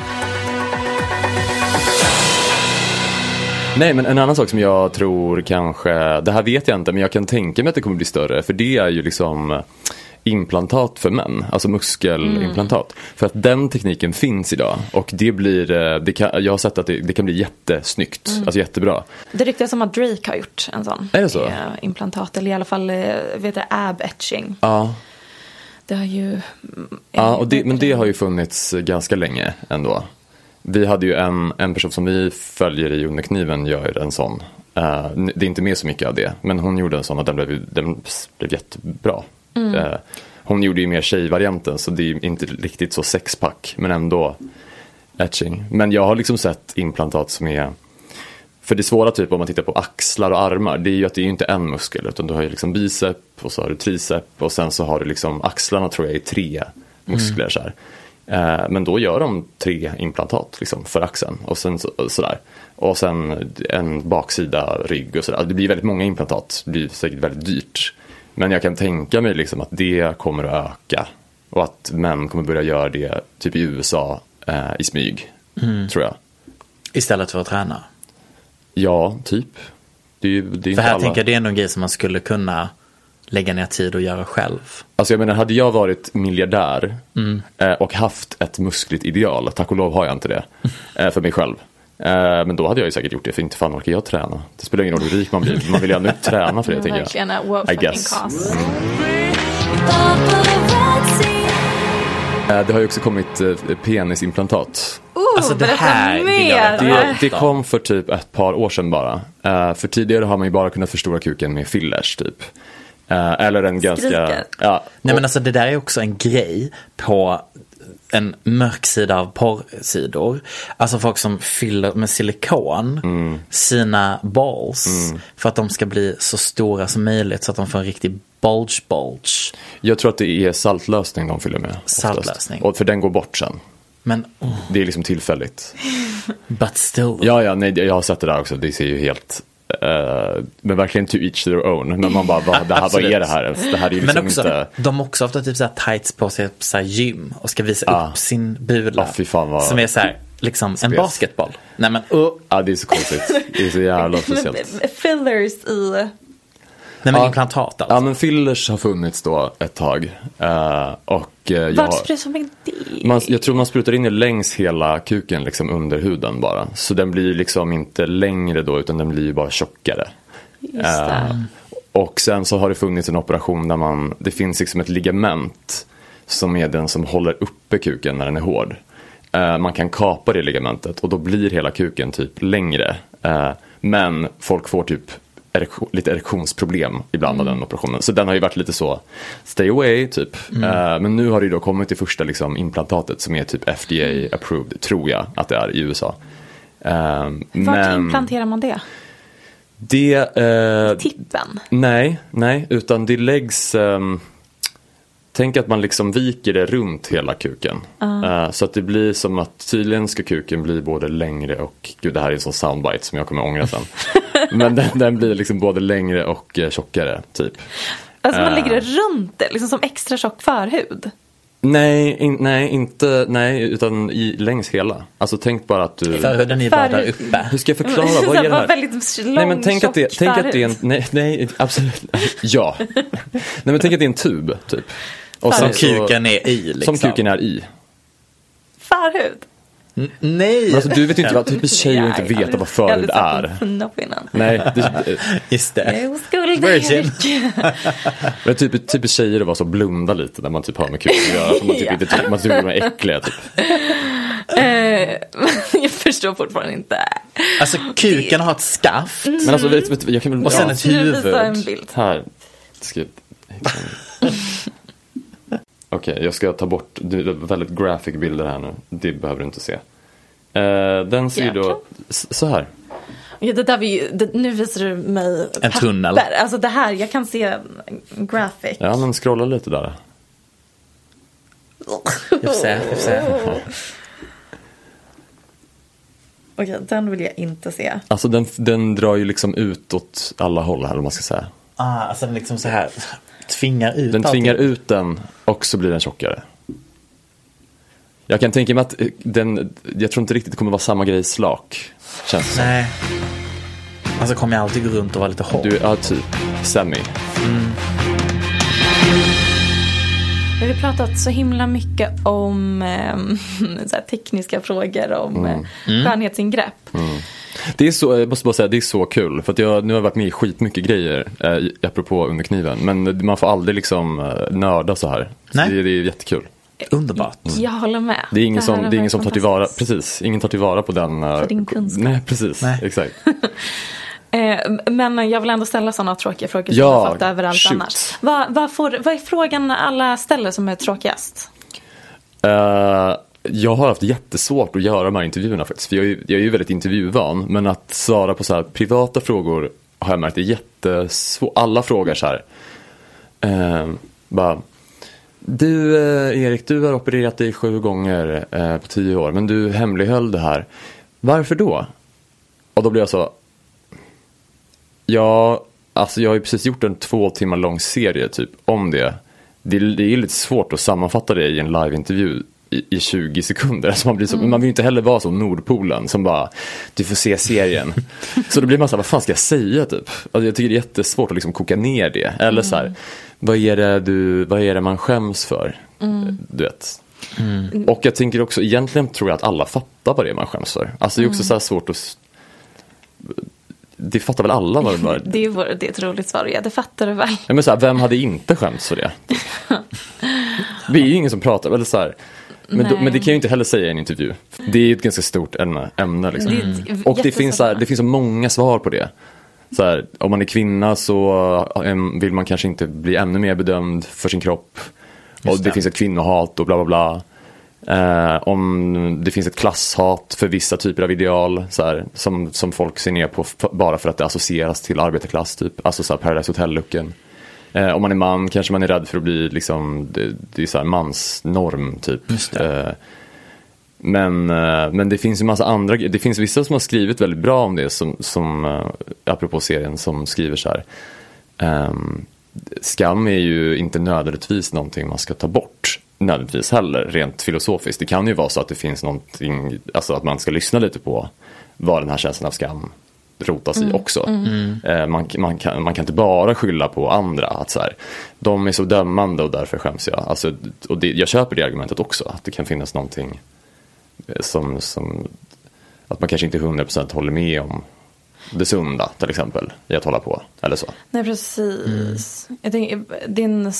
[SPEAKER 7] Nej, men en annan sak som jag tror kanske, det här vet jag inte, men jag kan tänka mig att det kommer bli större, för det är ju liksom implantat för män, alltså muskelimplantat. För att den tekniken finns idag, och det blir, jag har sett att det kan bli jättesnyggt, alltså jättebra.
[SPEAKER 8] Det ryktas som att Drake har gjort en sån.
[SPEAKER 7] Är det så?
[SPEAKER 8] Implantat, eller i alla fall ab etching.
[SPEAKER 7] Ja.
[SPEAKER 8] Det har ju...
[SPEAKER 7] Ja, men det har ju funnits ganska länge ändå. Vi hade ju en person som vi följer i Underkniven gör en sån. Det är inte med så mycket av det, men hon gjorde en sån och den blev jättebra. Hon gjorde ju mer tjejvarianten, så det är inte riktigt så sexpack, men ändå etching. Men jag har liksom sett implantat som är, för det svåra typ om man tittar på axlar och armar, det är ju att det är ju inte en muskel, utan du har ju liksom bicep och så har du tricep och sen så har du liksom axlarna, tror jag är 3 muskler så här. Men då gör de 3 implantat liksom, för axeln och sen sådär. Och sen en baksida, rygg och sådär. Det blir väldigt många implantat. Det blir säkert väldigt dyrt. Men jag kan tänka mig liksom att det kommer att öka. Och att män kommer börja göra det typ i USA i smyg, tror jag.
[SPEAKER 6] Istället för att träna?
[SPEAKER 7] Ja, typ. Det är
[SPEAKER 6] för här tänker jag det är någon grej som man skulle kunna lägga ner tid och göra själv.
[SPEAKER 7] Alltså jag menar, hade jag varit miljardär och haft ett muskligt ideal, tack och lov har jag inte det för mig själv. Men då hade jag ju säkert gjort det, för inte fan orkar jag träna. Det spelar ingen roll hur rik man blir. Man vill ju ändå inte träna för det, tänker jag. I guess. Det har ju också kommit penisimplantat.
[SPEAKER 6] Alltså det här
[SPEAKER 7] det kom för typ ett par år sedan bara. För tidigare har man ju bara kunnat förstora kuken med fillers typ. Eller en ganska... Ja,
[SPEAKER 6] nej, men alltså det där är också en grej på en mörk sida av porrsidor. Alltså folk som fyller med silikon sina balls för att de ska bli så stora som möjligt, så att de får en riktig bulge.
[SPEAKER 7] Jag tror att det är saltlösning de fyller med.
[SPEAKER 6] Saltlösning.
[SPEAKER 7] Och för den går bort sen.
[SPEAKER 6] Men
[SPEAKER 7] det är liksom tillfälligt.
[SPEAKER 6] But still.
[SPEAKER 7] Ja, nej, jag har sett det där också. Det ser ju helt... men verkligen to each their own. Men man bara, vad är det här? Det här är ju liksom, men också, inte...
[SPEAKER 6] de har också ofta typ så här tights på sig, så här gym, och ska visa upp sin bula.
[SPEAKER 7] Fy fan vad...
[SPEAKER 6] Som är så här, liksom en basketboll. Nej, men,
[SPEAKER 7] ja, det är så konstigt. Det är så jävla speciellt.
[SPEAKER 8] Fillers i...
[SPEAKER 6] Nej, men implantat alltså.
[SPEAKER 7] Ja, men fillers har funnits då ett tag.
[SPEAKER 8] Vart sprutar man det?
[SPEAKER 7] Jag tror man sprutar in det längs hela kuken, liksom under huden bara. Så den blir liksom inte längre då, utan den blir ju bara tjockare.
[SPEAKER 8] Just det.
[SPEAKER 7] Och sen så har det funnits en operation där det finns liksom ett ligament som är den som håller uppe kuken när den är hård. Man kan kapa det ligamentet och då blir hela kuken typ längre. Men folk får typ lite erektionsproblem ibland av den operationen. Så den har ju varit lite så stay away typ. Men nu har det ju då kommit till första liksom implantatet som är typ FDA approved, tror jag att det är i USA.
[SPEAKER 8] Vart implanterar man det? Tippen?
[SPEAKER 7] Nej, utan det läggs... tänk att man liksom viker det runt hela kuken. Så att det blir som att tydligen ska kuken bli både längre och... Gud, det här är en sån soundbite som jag kommer ångra sen. Men den blir liksom både längre och tjockare, typ.
[SPEAKER 8] Alltså man lägger det runt det, liksom som extra tjock förhud?
[SPEAKER 7] Nej, utan längs hela. Alltså tänk bara att du...
[SPEAKER 6] Förhuden är bara där uppe.
[SPEAKER 7] Hur ska jag förklara? Vad är det här?
[SPEAKER 8] Väldigt lång,
[SPEAKER 7] nej, men tänk att det är en... Nej, absolut. Ja. Nej, men tänk att det är en tub, typ.
[SPEAKER 6] Och som kuken är i, liksom.
[SPEAKER 7] Som kuken är i.
[SPEAKER 8] Förhud?
[SPEAKER 6] Nej.
[SPEAKER 7] Men alltså, du vet inte vad typiskt tjejer inte veta vad förhud är. Nej,
[SPEAKER 6] just det.
[SPEAKER 8] Virgin.
[SPEAKER 7] Men typiskt tjejer var så blunda lite när man typ har med kuken att göra. Man typ inte man tycker de är äckliga typ.
[SPEAKER 8] Jag förstår fortfarande inte.
[SPEAKER 6] Alltså kuken har ett skaft.
[SPEAKER 7] Men alltså, vet, jag kan väl...
[SPEAKER 6] Och sen ett huvud.
[SPEAKER 8] En bild.
[SPEAKER 7] Här. Okej, jag ska ta bort väldigt graphic bilder här nu. Det behöver du inte se. Den ser då så här.
[SPEAKER 8] Ja, det där nu visar du mig
[SPEAKER 6] en tunnel.
[SPEAKER 8] Alltså det här, jag kan se graphic.
[SPEAKER 7] Ja, men scrolla lite där.
[SPEAKER 6] Jag får se.
[SPEAKER 8] Okej, den vill jag inte se.
[SPEAKER 7] Alltså den drar ju liksom ut åt alla håll här, om man ska säga.
[SPEAKER 6] Alltså den liksom så här tvingar ut.
[SPEAKER 7] Den tvingar ut den och så blir den tjockare. Jag kan tänka mig att jag tror inte riktigt det kommer vara samma grej slak. Känns det som.
[SPEAKER 6] Nej. Alltså kommer jag alltid gå runt och vara lite hård.
[SPEAKER 7] Ja, typ semi.
[SPEAKER 8] Vi har pratat så himla mycket om så här tekniska frågor om skönhetsingrepp.
[SPEAKER 7] Det är så, jag måste bara säga, det är så kul. För att nu har jag varit med i skitmycket grejer apropå Under kniven. Men man får aldrig liksom nörda så här. Så det är jättekul.
[SPEAKER 6] Underbart.
[SPEAKER 8] Jag håller med.
[SPEAKER 7] Det är ingen som tar tillvara. Precis, ingen tar tillvara på den.
[SPEAKER 8] För din kunskap.
[SPEAKER 7] Nej, precis. Nej. Exakt.
[SPEAKER 8] Men jag vill ändå ställa sådana tråkiga frågor som jag har fått överallt annars. Vad är frågan alla ställer som är tråkigast?
[SPEAKER 7] Jag har haft jättesvårt att göra de här intervjuerna faktiskt. För jag är ju väldigt intervjuvan. Men att svara på så här privata frågor har jag märkt är jättesvårt. Alla frågar så här. Du Erik, du har opererat dig 7 gånger på 10 år. Men du hemlighöll det här. Varför då? Och då blir jag så... Ja, alltså jag har ju precis gjort en 2 timmar lång serie typ om det. Det är lite svårt att sammanfatta det i en liveintervju i 20 sekunder. Så man vill ju inte heller vara som Nordpolen som bara, du får se serien. Så då blir man så här, vad fan ska jag säga typ? Alltså jag tycker det är jättesvårt att liksom koka ner det. Eller så här, vad är det man skäms för? Du vet. Och jag tänker också, egentligen tror jag att alla fattar vad det är man skäms för. Alltså det är också så här svårt att... Det fattar väl alla vad det var?
[SPEAKER 8] Det är ett roligt svar, ja, det fattar du väl.
[SPEAKER 7] Ja, men så här, vem hade inte skämts för det? Det är ju ingen som pratar, eller så här. Men det kan jag ju inte heller säga i en intervju. Det är ett ganska stort ämne liksom. Och det finns så många svar på det. Så här, om man är kvinna så vill man kanske inte bli ännu mer bedömd för sin kropp. Och det finns ett kvinnohat och bla bla bla. Om det finns ett klasshat för vissa typer av ideal så här, som folk ser ner på bara för att det associeras till arbetarklass typ. Alltså så här Paradise Hotel-looken. Om man är man kanske man är rädd för att bli liksom, det är så här mansnorm typ. Men det finns ju massa andra. Det finns vissa som har skrivit väldigt bra om det som apropå serien som skriver så här. Skam är ju inte nödvändigtvis någonting man ska ta bort nödvändigtvis heller, rent filosofiskt. Det kan ju vara så att det finns någonting, alltså att man ska lyssna lite på vad den här känslan av skam rotas i också. Man kan inte bara skylla på andra att så här, de är så dömande och därför skäms jag. Alltså, och jag köper det argumentet också, att det kan finnas någonting som att man kanske inte 100% håller med om det sunda till exempel i att hålla på eller så.
[SPEAKER 8] Nej, precis. Jag tänker, det är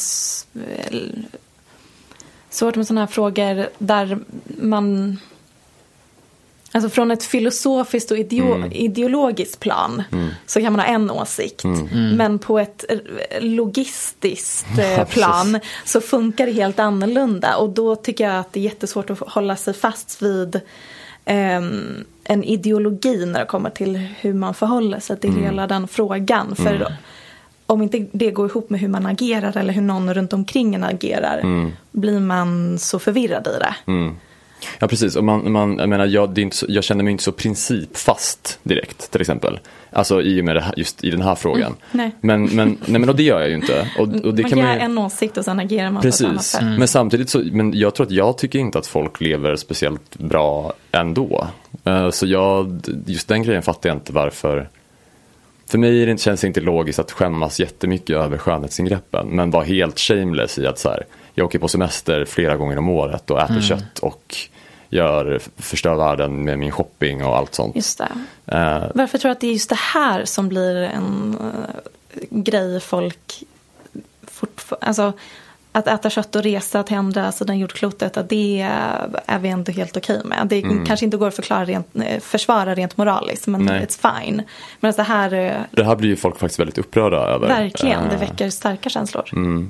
[SPEAKER 8] svårt med sådana här frågor där man, alltså från ett filosofiskt och ideologiskt plan så kan man ha en åsikt. Men på ett logistiskt plan så funkar det helt annorlunda. Och då tycker jag att det är jättesvårt att hålla sig fast vid en ideologi när det kommer till hur man förhåller sig till hela den frågan. För om inte det går ihop med hur man agerar eller hur någon runt omkring en agerar blir man så förvirrad i det.
[SPEAKER 7] Ja, precis. Och jag menar, jag känner mig inte så principfast direkt, till exempel. Alltså i och med det här, just i den här frågan. Men och det gör jag ju inte. Och det
[SPEAKER 8] man
[SPEAKER 7] kan
[SPEAKER 8] ger en åsikt och sen agerar man på ett annat sätt.
[SPEAKER 7] Men samtidigt så, men jag tror att jag tycker inte att folk lever speciellt bra ändå. Så just den grejen fattar jag inte varför. För mig känns det inte logiskt att skämmas jättemycket över skönhetsingreppen. Men vara helt shameless i att så här, jag åker på semester flera gånger om året och äter kött och förstör världen med min shopping och allt sånt.
[SPEAKER 8] Just det. Varför tror du att det är just det här som blir en grej folk alltså att äta kött och resa till andra sidan jordklotet, att det är vi ändå helt okej med. Det kanske inte går att försvara rent moraliskt, men it's fine. Men så här,
[SPEAKER 7] det här blir ju folk faktiskt väldigt upprörda över.
[SPEAKER 8] Verkligen, det väcker starka känslor.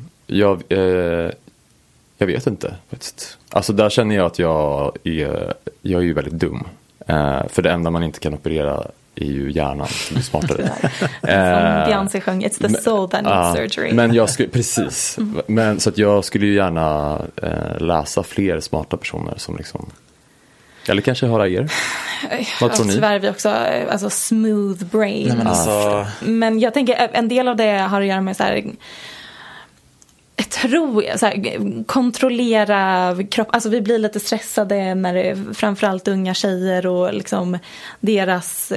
[SPEAKER 7] Jag vet inte faktiskt. Alltså där känner jag att jag är ju väldigt dum. För det enda man inte kan operera är ju hjärnan som är smartare.
[SPEAKER 8] Som Beyoncé sjöng, it's the soul that needs surgery.
[SPEAKER 7] Men jag skulle, precis. Men så att jag skulle ju gärna läsa fler smarta personer som liksom, eller kanske höra er. Vad tror ni?
[SPEAKER 8] Tyvärr vi också, alltså smooth brain. Men jag tänker, en del av det har att göra med så här, kontrollera kropp. Alltså vi blir lite stressade när det, framförallt unga tjejer och liksom deras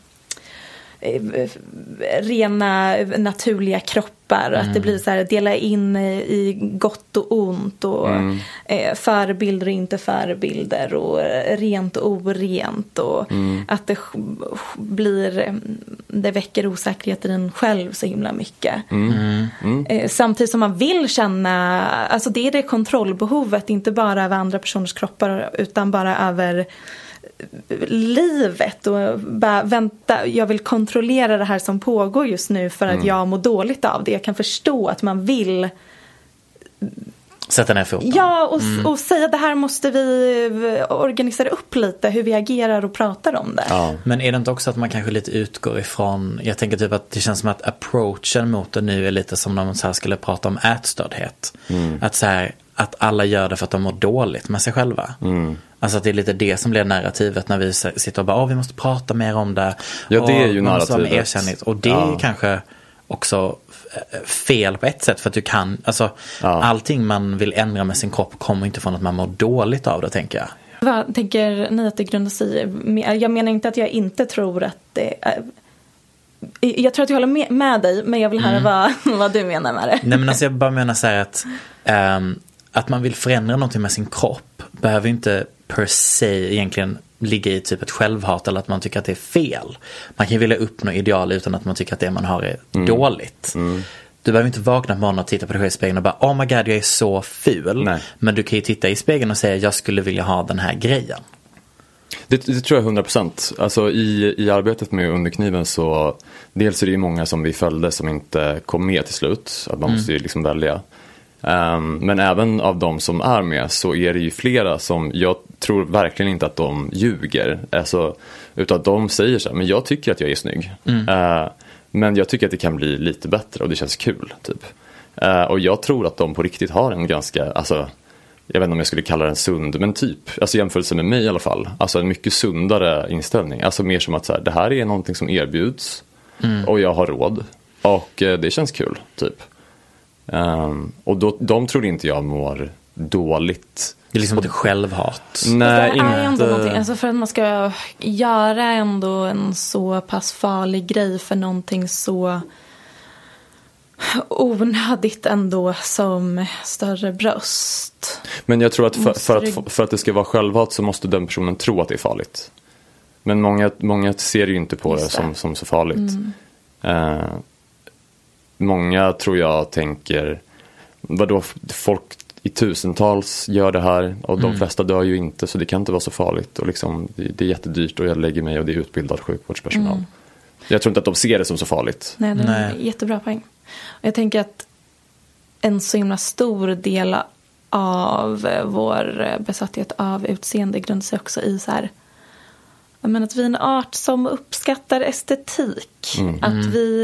[SPEAKER 8] rena naturliga kroppar. Att det blir så här, dela in i gott och ont och förebilder och inte förebilder och rent och orent och att det väcker osäkerhet i den själv så himla mycket. Samtidigt som man vill känna, alltså det är det kontrollbehovet, inte bara över andra personers kroppar utan bara över livet och bara vänta, jag vill kontrollera det här som pågår just nu för att jag mår dåligt av det. Jag kan förstå att man vill
[SPEAKER 6] sätta ner foten.
[SPEAKER 8] Ja, och säga att det här måste vi organisera upp lite, hur vi agerar och pratar om det.
[SPEAKER 6] Ja. Men är det inte också att man kanske lite utgår ifrån, jag tänker typ att det känns som att approachen mot det nu är lite som när man så här skulle prata om ätstördhet. Att så här, att alla gör det för att de mår dåligt med sig själva. Alltså att det är lite det som blir narrativet när vi sitter och bara, vi måste prata mer om det.
[SPEAKER 7] Ja, det är ju
[SPEAKER 6] narrativet. Och det är kanske också fel på ett sätt, för att du kan, alltså allting man vill ändra med sin kropp kommer inte från att man mår dåligt av det, tänker jag.
[SPEAKER 8] Vad tänker ni att det grundar sig i? Jag menar inte att jag inte tror att det är... Jag tror att jag håller med dig, men jag vill höra vad du menar med det.
[SPEAKER 6] Nej, men alltså jag bara menar så här att man vill förändra någonting med sin kropp behöver inte per se egentligen ligga i typ ett självhat eller att man tycker att det är fel. Man kan ju vilja uppnå ideal utan att man tycker att det man har är dåligt. Du behöver inte vakna på morgonen och titta på dig själv i spegeln och bara, oh my god, jag är så ful. Nej. Men du kan ju titta i spegeln och säga, jag skulle vilja ha den här grejen.
[SPEAKER 7] Det tror jag 100%. Alltså i arbetet med Underkniven så dels är det ju många som vi följde som inte kom med till slut. Att man måste ju liksom välja. Men även av de som är med så är det ju flera som jag tror verkligen inte att de ljuger. Alltså, utan att de säger så här, men jag tycker att jag är snygg. Men jag tycker att det kan bli lite bättre och det känns kul typ. Och jag tror att de på riktigt har en ganska, alltså, jag vet inte om jag skulle kalla den sund, men typ, alltså jämförelse med mig i alla fall, alltså en mycket sundare inställning. Alltså mer som att så här, det här är någonting som erbjuds och jag har råd och det känns kul typ. Och då, de tror inte jag mår dåligt.
[SPEAKER 6] Det är liksom inte självhat.
[SPEAKER 7] Nej,
[SPEAKER 8] det är ändå någonting, alltså för att man ska göra ändå en så pass farlig grej för någonting så onödigt ändå som större bröst.
[SPEAKER 7] Men jag tror att för att det ska vara självhat så måste den personen tro att det är farligt. Men många ser ju inte på det som så farligt. Många tror jag tänker, vadå, folk i tusentals gör det här och de flesta dör ju inte, så det kan inte vara så farligt och liksom, det är jättedyrt och jag lägger mig och det är utbildad sjukvårdspersonal. Jag tror inte att de ser det som så farligt.
[SPEAKER 8] Nej, det är en jättebra poäng. Och jag tänker att en så himla stor del av vår besatthet av utseende grundar sig också i så här, men att vi är en art som uppskattar estetik. Att vi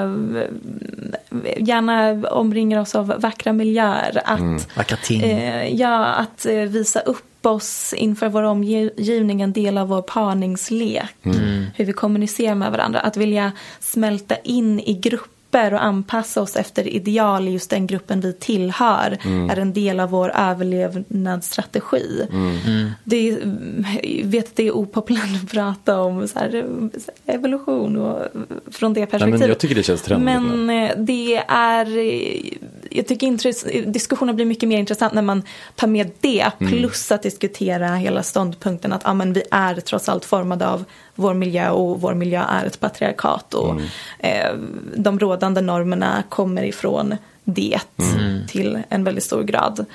[SPEAKER 8] gärna omringar oss av vackra miljöer.
[SPEAKER 6] Vackra ting.
[SPEAKER 8] Att visa upp oss inför vår omgivning, en del av vår parningslek. Hur vi kommunicerar med varandra. Att vilja smälta in i grupper och anpassa oss efter ideal i just den gruppen vi tillhör är en del av vår överlevnadsstrategi. Jag vet att det är opopulärt att prata om så här, evolution och från det perspektivet.
[SPEAKER 7] Men jag tycker det känns trendigt.
[SPEAKER 8] Men det är, jag tycker diskussionen blir mycket mer intressant när man tar med det plus att diskutera hela ståndpunkten att men vi är trots allt formade av vår miljö och vår miljö är ett patriarkat och de rådande normerna kommer ifrån det till en väldigt stor grad.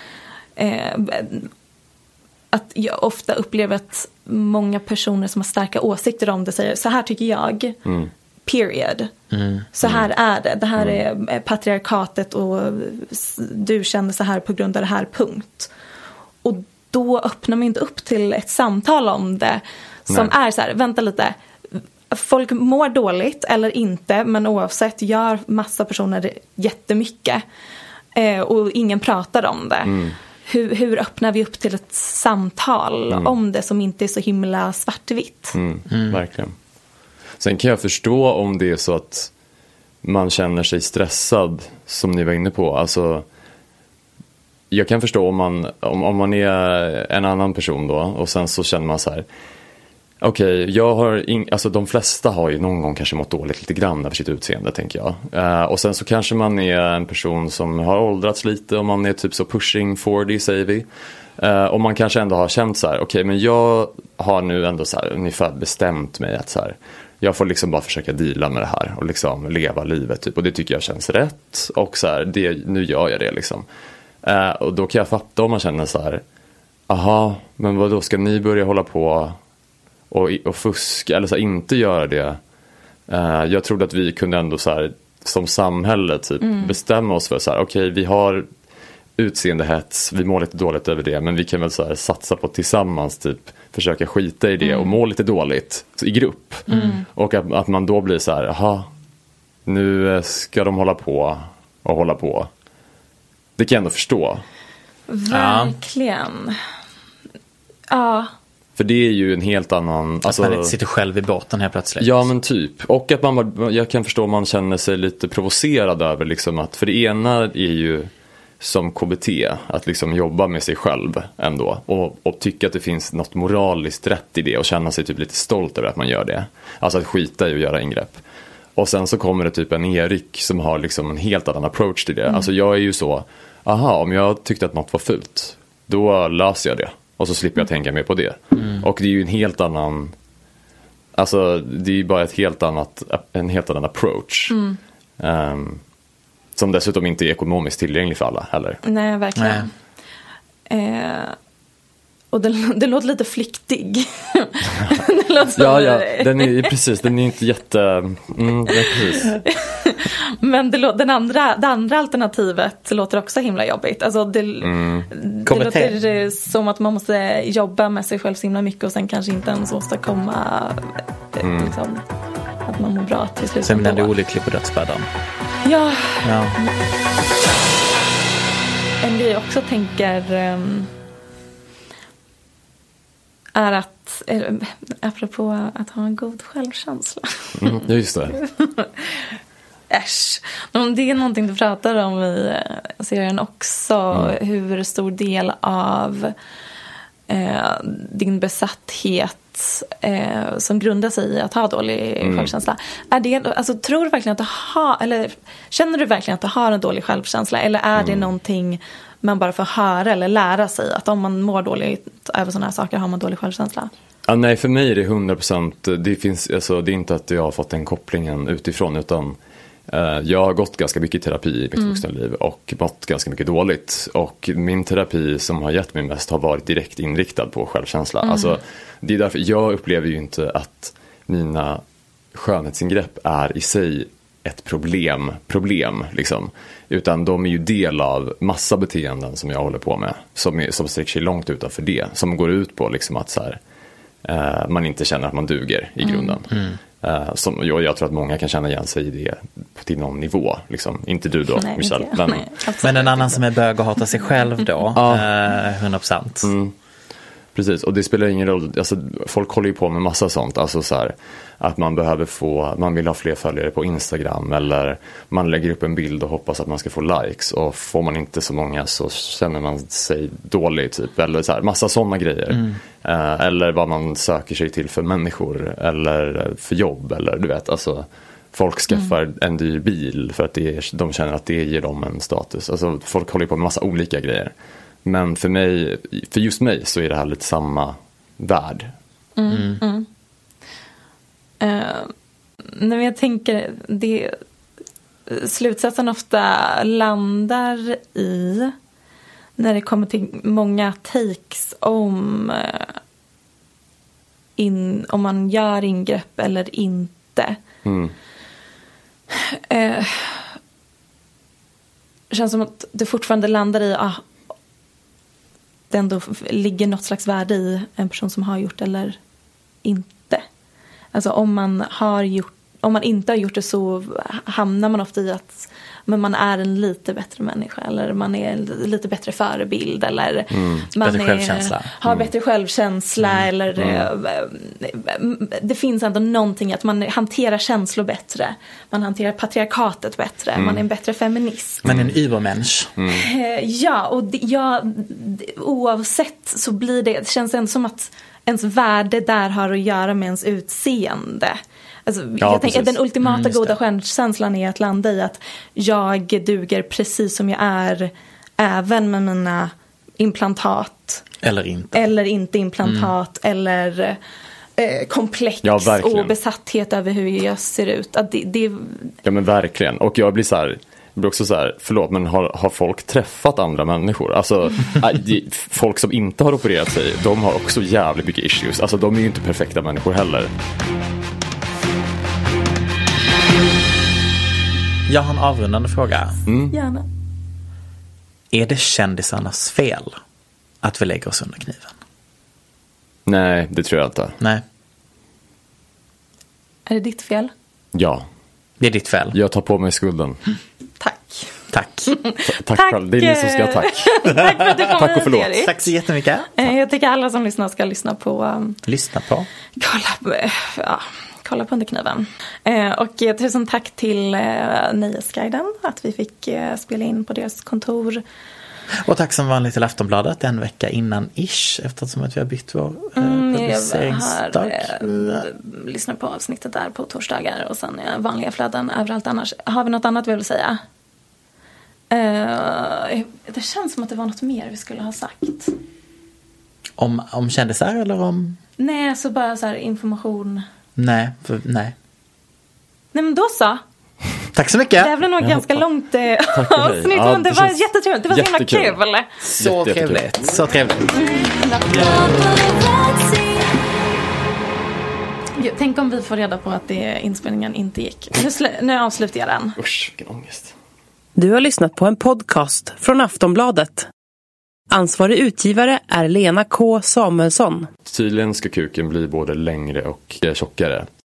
[SPEAKER 8] Att jag ofta upplever att många personer som har starka åsikter om det säger så här tycker jag, period. Så här är det. Det här är patriarkatet och du känner så här på grund av det här, punkt. Och då öppnar man inte upp till ett samtal om det som är så här, vänta lite, folk mår dåligt eller inte, men oavsett gör massa personer jättemycket och ingen pratar om det. Hur öppnar vi upp till ett samtal om det som inte är så himla svartvitt?
[SPEAKER 7] Verkligen. Sen kan jag förstå om det är så att man känner sig stressad, som ni var inne på. Alltså, jag kan förstå om man är en annan person då och sen så känner man så här: okej, jag har alltså de flesta har ju någon gång kanske mått dåligt lite grann över sitt utseende, tänker jag. Och sen så kanske man är en person som har åldrats lite och man är typ så pushing 40, säger vi. Och man kanske ändå har känt så här: okej, men jag har nu ändå så här ungefär bestämt mig att så här, jag får liksom bara försöka deala med det här och liksom leva livet typ. Och det tycker jag känns rätt. Och så här, nu gör jag det liksom. Och då kan jag fatta om man känner så här: aha, men vad då, ska ni börja hålla på och fuska eller så här, inte göra det? Jag trodde att vi kunde ändå så här, som samhälle typ bestämma oss för så här: okej, vi har utseendehets, vi mår lite dåligt över det, men vi kan väl så här satsa på tillsammans typ försöka skita i det och må lite dåligt så, i grupp. Och att man då blir så här: aha, nu ska de hålla på. Det kan jag ändå förstå.
[SPEAKER 8] Verkligen. Ja.
[SPEAKER 7] För det är ju en helt annan...
[SPEAKER 6] Alltså, att man inte sitter själv i båten här plötsligt.
[SPEAKER 7] Ja, men typ. Och att jag kan förstå om man känner sig lite provocerad över liksom att... För det ena är ju som KBT, att liksom jobba med sig själv ändå. Och tycka att det finns något moraliskt rätt i det och känna sig typ lite stolt över att man gör det. Alltså att skita i att göra ingrepp. Och sen så kommer det typ en Erik som har liksom en helt annan approach till det. Alltså jag är ju så... aha, om jag tyckte att något var fult, då löser jag det. Och så slipper jag tänka mer på det. Och det är ju en helt annan... Alltså, det är ju bara en helt annan approach. Som dessutom inte är ekonomiskt tillgänglig för alla heller.
[SPEAKER 8] Nej, verkligen. Och det låter lite flyktig. Det låter som...
[SPEAKER 7] Ja, den är inte jätte... precis.
[SPEAKER 8] Men det andra alternativet låter också himla jobbigt. Alltså det låter som att man måste jobba med sig själv så himla mycket och sen kanske inte ens åstadkomma liksom, att man mår bra till slut.
[SPEAKER 6] Sen blir det olycklig på dödsbädden.
[SPEAKER 8] Ja. En grej jag också tänker är att, apropå att ha en god självkänsla.
[SPEAKER 7] Just det.
[SPEAKER 8] Äsch. Det är någonting du pratar om i serien också. Hur stor del av din besatthet som grundar sig i att ha dålig självkänsla. Är det, alltså, tror du verkligen att eller känner du verkligen att du har en dålig självkänsla? Eller är det någonting man bara får höra eller lära sig? Att om man mår dåligt över sådana här saker har man dålig självkänsla?
[SPEAKER 7] Ja, nej, för mig är det 100%. Det finns, alltså, det är inte att jag har fått den kopplingen utifrån, utan jag har gått ganska mycket i terapi i mitt vuxna liv och mått ganska mycket dåligt. Och min terapi som har gett mig mest har varit direkt inriktad på självkänsla. Alltså, det är därför jag upplever ju inte att mina skönhetsingrepp är i sig ett problem liksom. Utan de är ju del av massa beteenden som jag håller på med som sträcker sig långt utanför det. Som går ut på liksom att så här, man inte känner att man duger i grunden. Som jag tror att många kan känna igen sig i det till någon nivå liksom. Inte du då, Michelle.
[SPEAKER 6] Men en annan som är bög och hatar sig själv då 100%.
[SPEAKER 7] Precis, och det spelar ingen roll, alltså, folk håller ju på med massa sånt, alltså så här, att man vill ha fler följare på Instagram, eller man lägger upp en bild och hoppas att man ska få likes, och får man inte så många så känner man sig dålig typ, eller så här, massa sådana grejer. Eller vad man söker sig till för människor eller för jobb, eller du vet, alltså folk skaffar en dyr bil för att de känner att det ger dem en status. Alltså folk håller på med massa olika grejer. Men för just mig så är det här lite samma värld.
[SPEAKER 8] När jag tänker, slutsatsen ofta landar i, när det kommer till många takes om man gör ingrepp eller inte. Det känns som att det fortfarande landar i det ändå ligger något slags värde i en person som har gjort eller inte. Alltså om man inte har gjort det, så hamnar man ofta i att man är en lite bättre människa, eller man är en lite bättre förebild, eller man har bättre självkänsla, eller det finns ändå någonting att man hanterar känslor bättre, man hanterar patriarkatet bättre, man är en bättre feminist.
[SPEAKER 6] Man är en übermensch.
[SPEAKER 8] Ja, och oavsett så blir det känns ändå som att ens värde där har att göra med ens utseende. Alltså, jag tänker, den ultimata goda självkänslan är att landa i att jag duger precis som jag är, även med mina implantat. Eller inte implantat. Eller komplex och besatthet över hur jag ser ut. Att
[SPEAKER 7] Ja, men verkligen. Och jag blir också så här, förlåt, men har folk träffat andra människor? Alltså, folk som inte har opererat sig, de har också jävligt mycket issues. Alltså, de är ju inte perfekta människor heller.
[SPEAKER 6] Jag har en avrundande fråga.
[SPEAKER 8] Gärna.
[SPEAKER 6] Är det kändisarnas fel att vi lägger oss under kniven?
[SPEAKER 7] Nej, det tror jag inte.
[SPEAKER 6] Nej.
[SPEAKER 8] Är det ditt fel?
[SPEAKER 7] Ja.
[SPEAKER 6] Det är ditt fel.
[SPEAKER 7] Jag tar på mig skulden.
[SPEAKER 8] Tack.
[SPEAKER 6] Tack
[SPEAKER 7] själv. Det är ni som ska ha tack.
[SPEAKER 8] Tack för att du kom
[SPEAKER 7] tack och förlåt.
[SPEAKER 8] Erik.
[SPEAKER 6] Tack så jättemycket.
[SPEAKER 8] Jag tycker alla som lyssnar ska lyssna på... Kolla på Underkniven. Och tusen tack till Nöjesguiden att vi fick spela in på deras kontor.
[SPEAKER 6] Och tack som vanligt till Aftonbladet en vecka innan eftersom att vi har bytt vår publiceringsdag.
[SPEAKER 8] Lyssna på avsnittet där på torsdagar och sen vanliga flöden överallt annars. Har vi något annat vi vill säga? Det känns som att det var något mer vi skulle ha sagt.
[SPEAKER 6] Om kändisar eller om...
[SPEAKER 8] Nej, så bara så här information.
[SPEAKER 6] Nej.
[SPEAKER 8] Nej, men då så.
[SPEAKER 6] Tack så mycket.
[SPEAKER 8] Det blev nog ganska långt avsnitt. Ja, det var jättetrevligt. Det var så himla kul.
[SPEAKER 6] Så trevligt. Så trevligt.
[SPEAKER 8] Tänk om vi får reda på att inspelningen inte gick. Nu avslutar jag den.
[SPEAKER 7] Usch, vilken ångest.
[SPEAKER 13] Du har lyssnat på en podcast från Aftonbladet. Ansvarig utgivare är Lena K. Samuelsson.
[SPEAKER 7] Tydligen ska kuken bli både längre och tjockare.